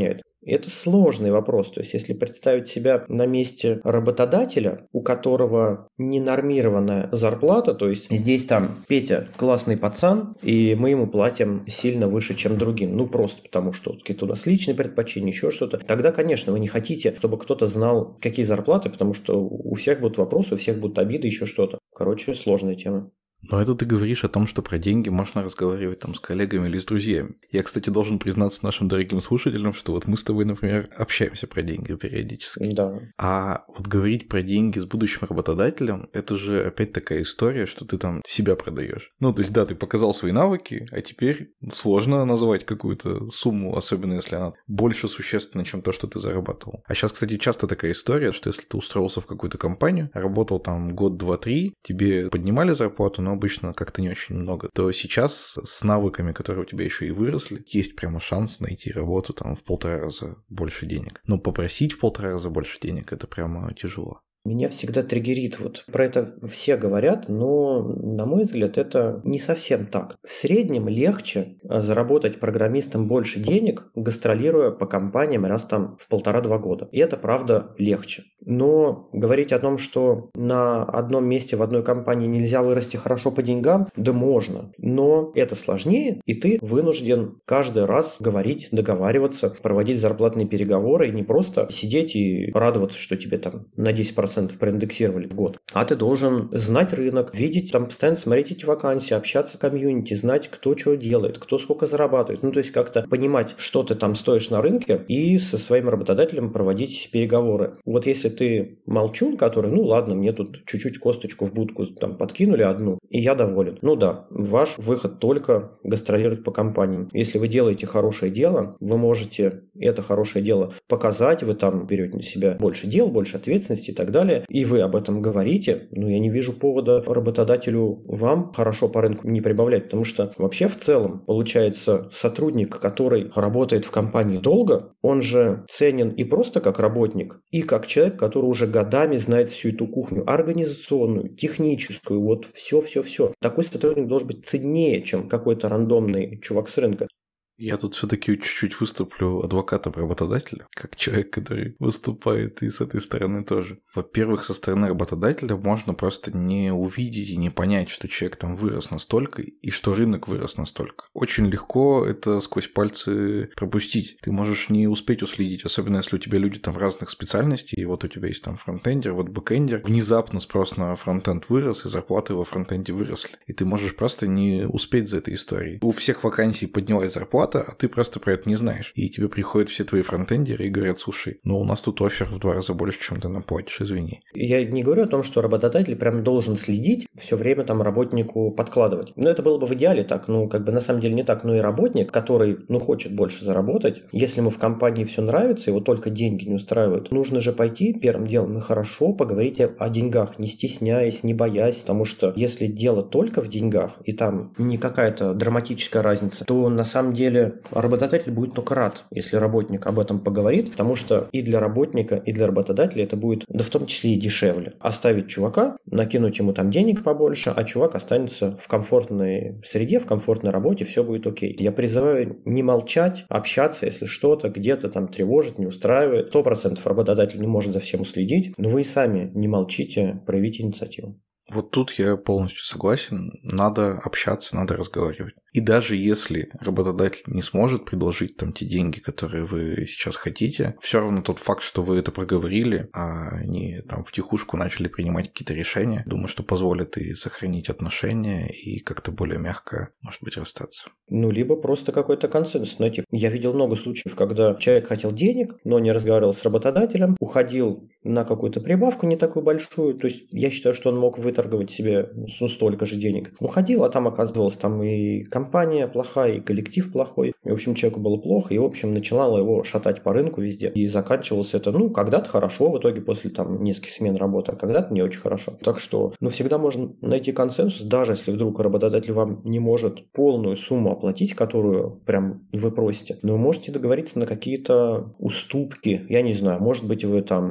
Это сложный вопрос. То есть, если представить себя на месте работодателя, у которого ненормированная зарплата, то есть здесь там Петя классный пацан, и мы ему платим сильно выше, чем другим. Ну, просто потому, что какие-то у нас личные предпочтения, еще что-то. Тогда, конечно, вы не хотите, чтобы кто-то знал, какие зарплаты, потому что у всех будут вопросы, у всех будут обиды, еще что-то. Короче, сложная тема. Но это ты говоришь о том, что про деньги можно разговаривать там с коллегами или с друзьями. Я, кстати, должен признаться нашим дорогим слушателям, что вот мы с тобой, например, общаемся про деньги периодически. Да. А вот говорить про деньги с будущим работодателем, это же опять такая история, что ты там себя продаешь. Ну, то есть, да, ты показал свои навыки, а теперь сложно назвать какую-то сумму, особенно если она больше существенна, чем то, что ты зарабатывал. А сейчас, кстати, часто такая история, что если ты устроился в какую-то компанию, работал там год, два, три, тебе поднимали зарплату, но обычно как-то не очень много, то сейчас с навыками, которые у тебя еще и выросли, есть прямо шанс найти работу там в 1,5 раза больше денег. Но попросить в 1,5 раза больше денег — это прямо тяжело. Меня всегда триггерит, вот про это все говорят, но, на мой взгляд, это не совсем так. В среднем легче заработать программистам больше денег, гастролируя по компаниям раз там в 1,5-2 года. И это, правда, легче. Но говорить о том, что на одном месте в одной компании нельзя вырасти хорошо по деньгам, да можно. Но это сложнее, и ты вынужден каждый раз говорить, договариваться, проводить зарплатные переговоры и не просто сидеть и радоваться, что тебе там на 10% проиндексировали в год. А ты должен знать рынок, видеть, там постоянно смотреть эти вакансии, общаться с комьюнити, знать, кто что делает, кто сколько зарабатывает. Ну, то есть как-то понимать, что ты там стоишь на рынке и со своим работодателем проводить переговоры. Вот если ты молчун, который, ну ладно, мне тут чуть-чуть косточку в будку там подкинули одну, и я доволен. Ну да, ваш выход только гастролировать по компаниям. Если вы делаете хорошее дело, вы можете это хорошее дело показать, вы там берете на себя больше дел, больше ответственности и так далее, и вы об этом говорите, но я не вижу повода работодателю вам хорошо по рынку не прибавлять, потому что вообще в целом получается сотрудник, который работает в компании долго, он же ценен и просто как работник, и как человек, который уже годами знает всю эту кухню, организационную, техническую, вот все. Такой сотрудник должен быть ценнее, чем какой-то рандомный чувак с рынка. Я тут все-таки чуть-чуть выступлю адвокатом работодателя, как человек, который выступает и с этой стороны тоже. Во-первых, со стороны работодателя можно просто не увидеть и не понять, что человек там вырос настолько и что рынок вырос настолько. Очень легко это сквозь пальцы пропустить. Ты можешь не успеть уследить, особенно если у тебя люди там разных специальностей, и вот у тебя есть там фронтендер, вот бэкендер. Внезапно спрос на фронтенд вырос, и зарплаты во фронтенде выросли. И ты можешь просто не успеть за этой историей. У всех вакансий поднялась зарплата, а ты просто про это не знаешь. И тебе приходят все твои фронтендеры и говорят: слушай, ну у нас тут оффер в 2 раза больше, чем ты нам платишь, извини. Я не говорю о том, что работодатель прям должен следить, все время там работнику подкладывать. Но это было бы в идеале так, ну как бы на самом деле не так, но и работник, который, ну, хочет больше заработать, если ему в компании все нравится, его только деньги не устраивают, нужно же пойти первым делом и хорошо поговорить о деньгах, не стесняясь, не боясь, потому что если дело только в деньгах, и там не какая-то драматическая разница, то на самом деле работодатель будет только рад, если работник об этом поговорит, потому что и для работника, и для работодателя это будет, да в том числе и дешевле. Оставить чувака, накинуть ему там денег побольше, а чувак останется в комфортной среде, в комфортной работе, все будет окей. Я призываю не молчать, общаться, если что-то где-то там тревожит, не устраивает. 100% работодатель не может за всем уследить, но вы и сами не молчите, проявите инициативу. Вот тут я полностью согласен. Надо общаться, надо разговаривать. И даже если работодатель не сможет предложить там те деньги, которые вы сейчас хотите, все равно тот факт, что вы это проговорили, а не там втихушку начали принимать какие-то решения, думаю, что позволит и сохранить отношения, и как-то более мягко, может быть, расстаться. Ну, либо просто какой-то консенсус найти. Я видел много случаев, когда человек хотел денег, но не разговаривал с работодателем, уходил на какую-то прибавку не такую большую, то есть я считаю, что он мог выторговать себе столько же денег. Уходил, а там оказывалось там и компания плохая, и коллектив плохой. И, в общем, человеку было плохо, и, в общем, начинало его шатать по рынку везде. И заканчивалось это, ну, когда-то хорошо, в итоге после там нескольких смен работы, а когда-то не очень хорошо. Так что, ну, всегда можно найти консенсус, даже если вдруг работодатель вам не может полную сумму оплатить, которую прям вы просите, но вы можете договориться на какие-то уступки. Я не знаю, может быть, вы там договоритесь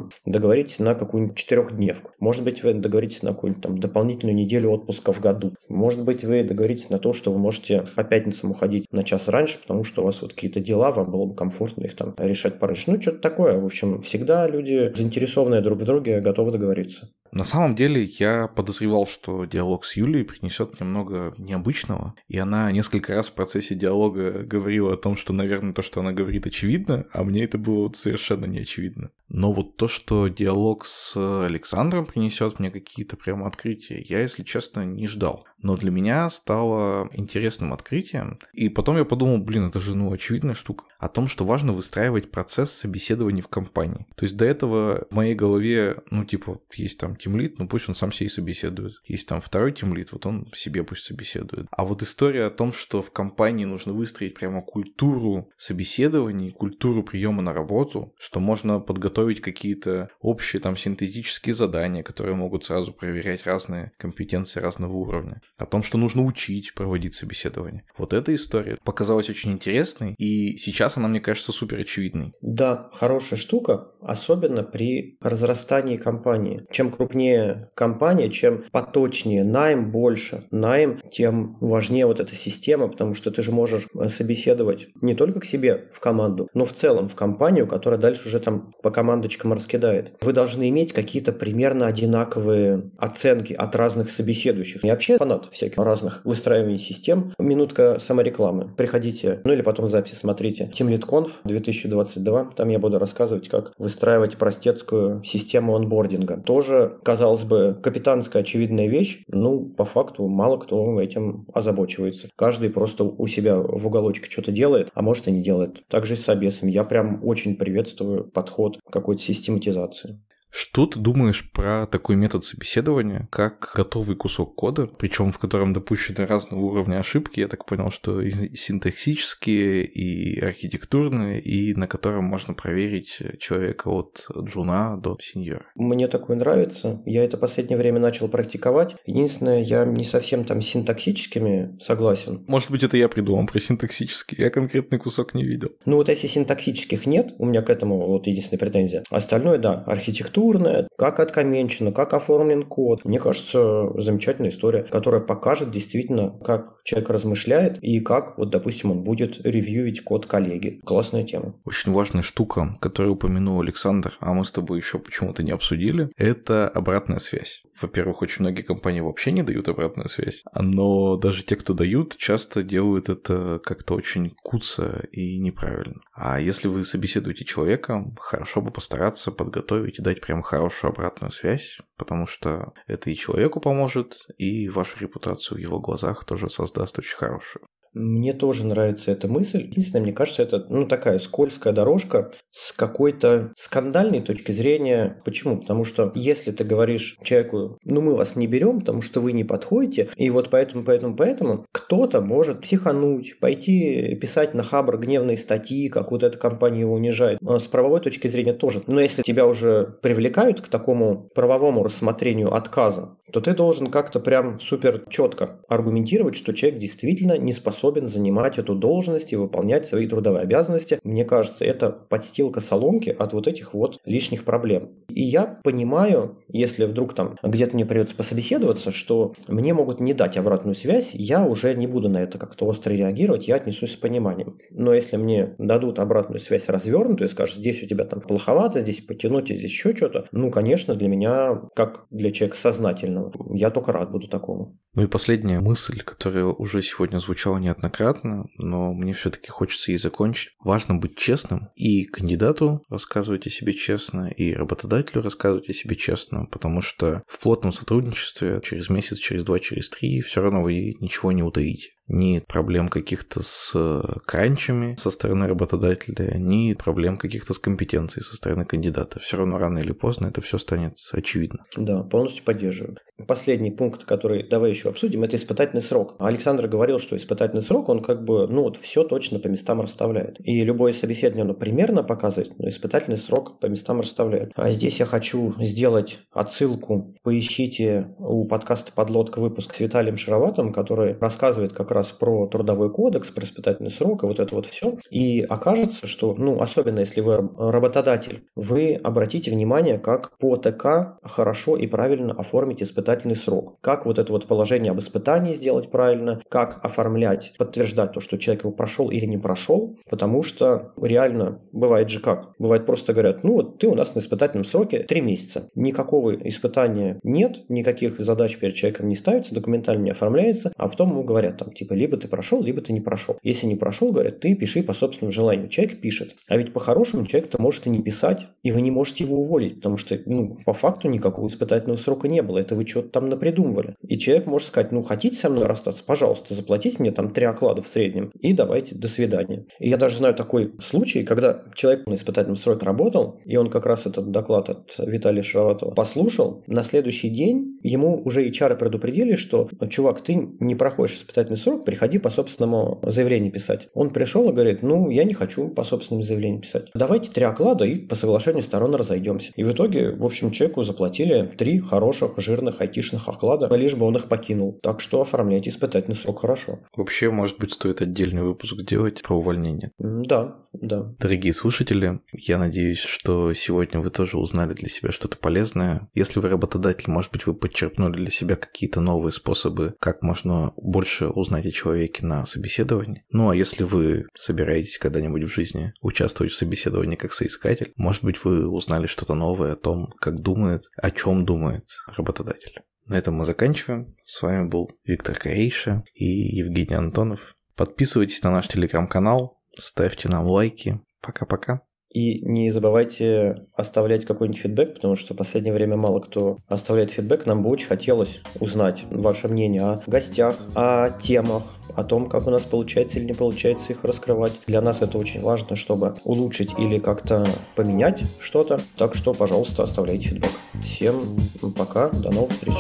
договоритесь на какую-нибудь 4-дневку. Может быть, вы договоритесь на какую-нибудь там дополнительную неделю отпуска в году. Может быть, вы договоритесь на то, что вы можете по пятницам уходить на час раньше, потому что у вас вот какие-то дела, вам было бы комфортно их там решать пораньше. Ну, что-то такое. В общем, всегда люди, заинтересованные друг в друге, готовы договориться. На самом деле, я подозревал, что диалог с Юлей принесет немного необычного, и она несколько раз в процессе диалога говорила о том, что, наверное, то, что она говорит, очевидно, а мне это было вот совершенно не очевидно. Но вот то, что диалог с Александром принесет мне какие-то прямо открытия, я, если честно, не ждал. Но для меня стало интересным открытием. И потом я подумал, это же, очевидная штука. О том, что важно выстраивать процесс собеседований в компании. То есть до этого в моей голове, есть там тимлид, пусть он сам себе и собеседует. Есть там второй тимлид, вот он себе пусть собеседует. А вот история о том, что в компании нужно выстроить прямо культуру собеседований, культуру приема на работу, что можно подготовить какие-то общие там синтетические задания, которые могут сразу проверять разные компетенции разного уровня. О том, что нужно учить проводить собеседование. Вот эта история показалась очень интересной, и сейчас она, мне кажется, супер очевидной. Да, хорошая штука, особенно при разрастании компании. Чем крупнее компания, чем поточнее найм, больше найм, тем важнее вот эта система, потому что ты же можешь собеседовать не только к себе в команду, но в целом в компанию, которая дальше уже там по командочкам раскидает. Вы должны иметь какие-то примерно одинаковые оценки от разных собеседующих. Я вообще фанат всяких разных выстраиваний систем. Минутка саморекламы. Приходите, или потом записи смотрите. TeamLead.Conf 2022. Там я буду рассказывать, как выстраивать простецкую систему онбординга. Тоже, казалось бы, капитанская очевидная вещь. По факту мало кто этим озабочивается. Каждый просто у себя в уголочке что-то делает, а может и не делает. Также и с собесами. Я прям очень приветствую подход к какой-то систематизации. Что ты думаешь про такой метод собеседования, как готовый кусок кода, причем в котором допущены разного уровня ошибки? Я так понял, что и синтаксические, и архитектурные, и на котором можно проверить человека от джуна до сеньора. Мне такое нравится. Я это в последнее время начал практиковать. Единственное, я не совсем там с синтаксическими согласен. Может быть, это я придумал про синтаксические. Я конкретный кусок не видел. Если синтаксических нет, у меня к этому единственная претензия. Остальное, да, архитектура, как откоменчено, как оформлен код. Мне кажется, замечательная история, которая покажет действительно, как человек размышляет и как, допустим, он будет ревьюить код коллеги. Классная тема. Очень важная штука, которую упомянул Александр, а мы с тобой еще почему-то не обсудили, это обратная связь. Во-первых, очень многие компании вообще не дают обратную связь, но даже те, кто дают, часто делают это как-то очень куцо и неправильно. А если вы собеседуете человека, хорошо бы постараться подготовить и дать прям хорошую обратную связь, потому что это и человеку поможет, и вашу репутацию в его глазах тоже создаст очень хорошую. Мне тоже нравится эта мысль. Единственное, мне кажется, это такая скользкая дорожка с какой-то скандальной точки зрения. Почему? Потому что если ты говоришь человеку, мы вас не берем, потому что вы не подходите, и поэтому, кто-то может психануть, пойти писать на Хабр гневные статьи, как эта компания его унижает. С правовой точки зрения тоже. Но если тебя уже привлекают к такому правовому рассмотрению отказа, то ты должен как-то прям супер четко аргументировать, что человек действительно не способен занимать эту должность и выполнять свои трудовые обязанности. Мне кажется, это подстилка соломки от этих лишних проблем. И я понимаю, если вдруг там где-то мне придется пособеседоваться, что мне могут не дать обратную связь, я уже не буду на это как-то остро реагировать, я отнесусь с пониманием. Но если мне дадут обратную связь развернутую и скажут, здесь у тебя там плоховато, здесь потянуть, здесь еще что-то, конечно, для меня, как для человека сознательного, я только рад буду такому. И последняя мысль, которая уже сегодня звучала неоднократно, но мне все-таки хочется ей закончить. Важно быть честным, и кандидату рассказывать о себе честно, и работодателю рассказывать о себе честно, потому что в плотном сотрудничестве через месяц, через 2, через 3 все равно вы ничего не утаите. Ни проблем каких-то с кранчами со стороны работодателя, ни проблем каких-то с компетенцией со стороны кандидата. Все равно рано или поздно это все станет очевидно. Да, полностью поддерживаю. Последний пункт, который давай еще обсудим, это испытательный срок. Александр говорил, что испытательный срок, он все точно по местам расставляет. И любое собеседование, оно примерно показывает, но испытательный срок по местам расставляет. А здесь я хочу сделать отсылку. Поищите у подкаста «Подлодка» выпуск с Виталием Шароватым, который рассказывает как раз про трудовой кодекс, про испытательный срок и вот это вот все. И окажется, что, особенно если вы работодатель, вы обратите внимание, как по ТК хорошо и правильно оформить испытательный срок. Как вот это вот положение об испытании сделать правильно, как оформлять, подтверждать то, что человек его прошел или не прошел, потому что реально бывает же как? Бывает просто говорят, ты у нас на испытательном сроке 3 месяца. Никакого испытания нет, никаких задач перед человеком не ставится, документально не оформляется, а потом ему говорят либо ты прошел, либо ты не прошел. Если не прошел, говорят, ты пиши по собственному желанию. Человек пишет. А ведь по-хорошему человек-то может и не писать, и вы не можете его уволить, потому что, по факту никакого испытательного срока не было. Это вы что-то там напридумывали. И человек может сказать, хотите со мной расстаться? Пожалуйста, заплатите мне 3 оклада в среднем, и давайте, до свидания. И я даже знаю такой случай, когда человек на испытательном сроке работал, и он как раз этот доклад от Виталия Шароватова послушал, на следующий день ему уже HR предупредили, что, чувак, ты не проходишь испытательный срок, приходи по собственному заявлению писать. Он пришел и говорит, я не хочу по собственному заявлению писать. Давайте 3 оклада и по соглашению сторон разойдемся. И в итоге, в общем, человеку заплатили 3 хороших, жирных айтишных оклада, лишь бы он их покинул. Так что оформляйте испытательный срок хорошо. Вообще, может быть, стоит отдельный выпуск делать про увольнение. Да. Дорогие слушатели, я надеюсь, что сегодня вы тоже узнали для себя что-то полезное. Если вы работодатель, может быть, вы подчеркнули для себя какие-то новые способы, как можно больше узнать о человеке на собеседовании. А если вы собираетесь когда-нибудь в жизни участвовать в собеседовании как соискатель, может быть, вы узнали что-то новое о том, как думает, о чем думает работодатель. На этом мы заканчиваем. С вами был Виктор Корейша и Евгений Антонов. Подписывайтесь на наш телеграм-канал, ставьте нам лайки. Пока-пока. И не забывайте оставлять какой-нибудь фидбэк, потому что в последнее время мало кто оставляет фидбэк. Нам бы очень хотелось узнать ваше мнение о гостях, о темах, о том, как у нас получается или не получается их раскрывать. Для нас это очень важно, чтобы улучшить или как-то поменять что-то. Так что, пожалуйста, оставляйте фидбэк. Всем пока, до новых встреч.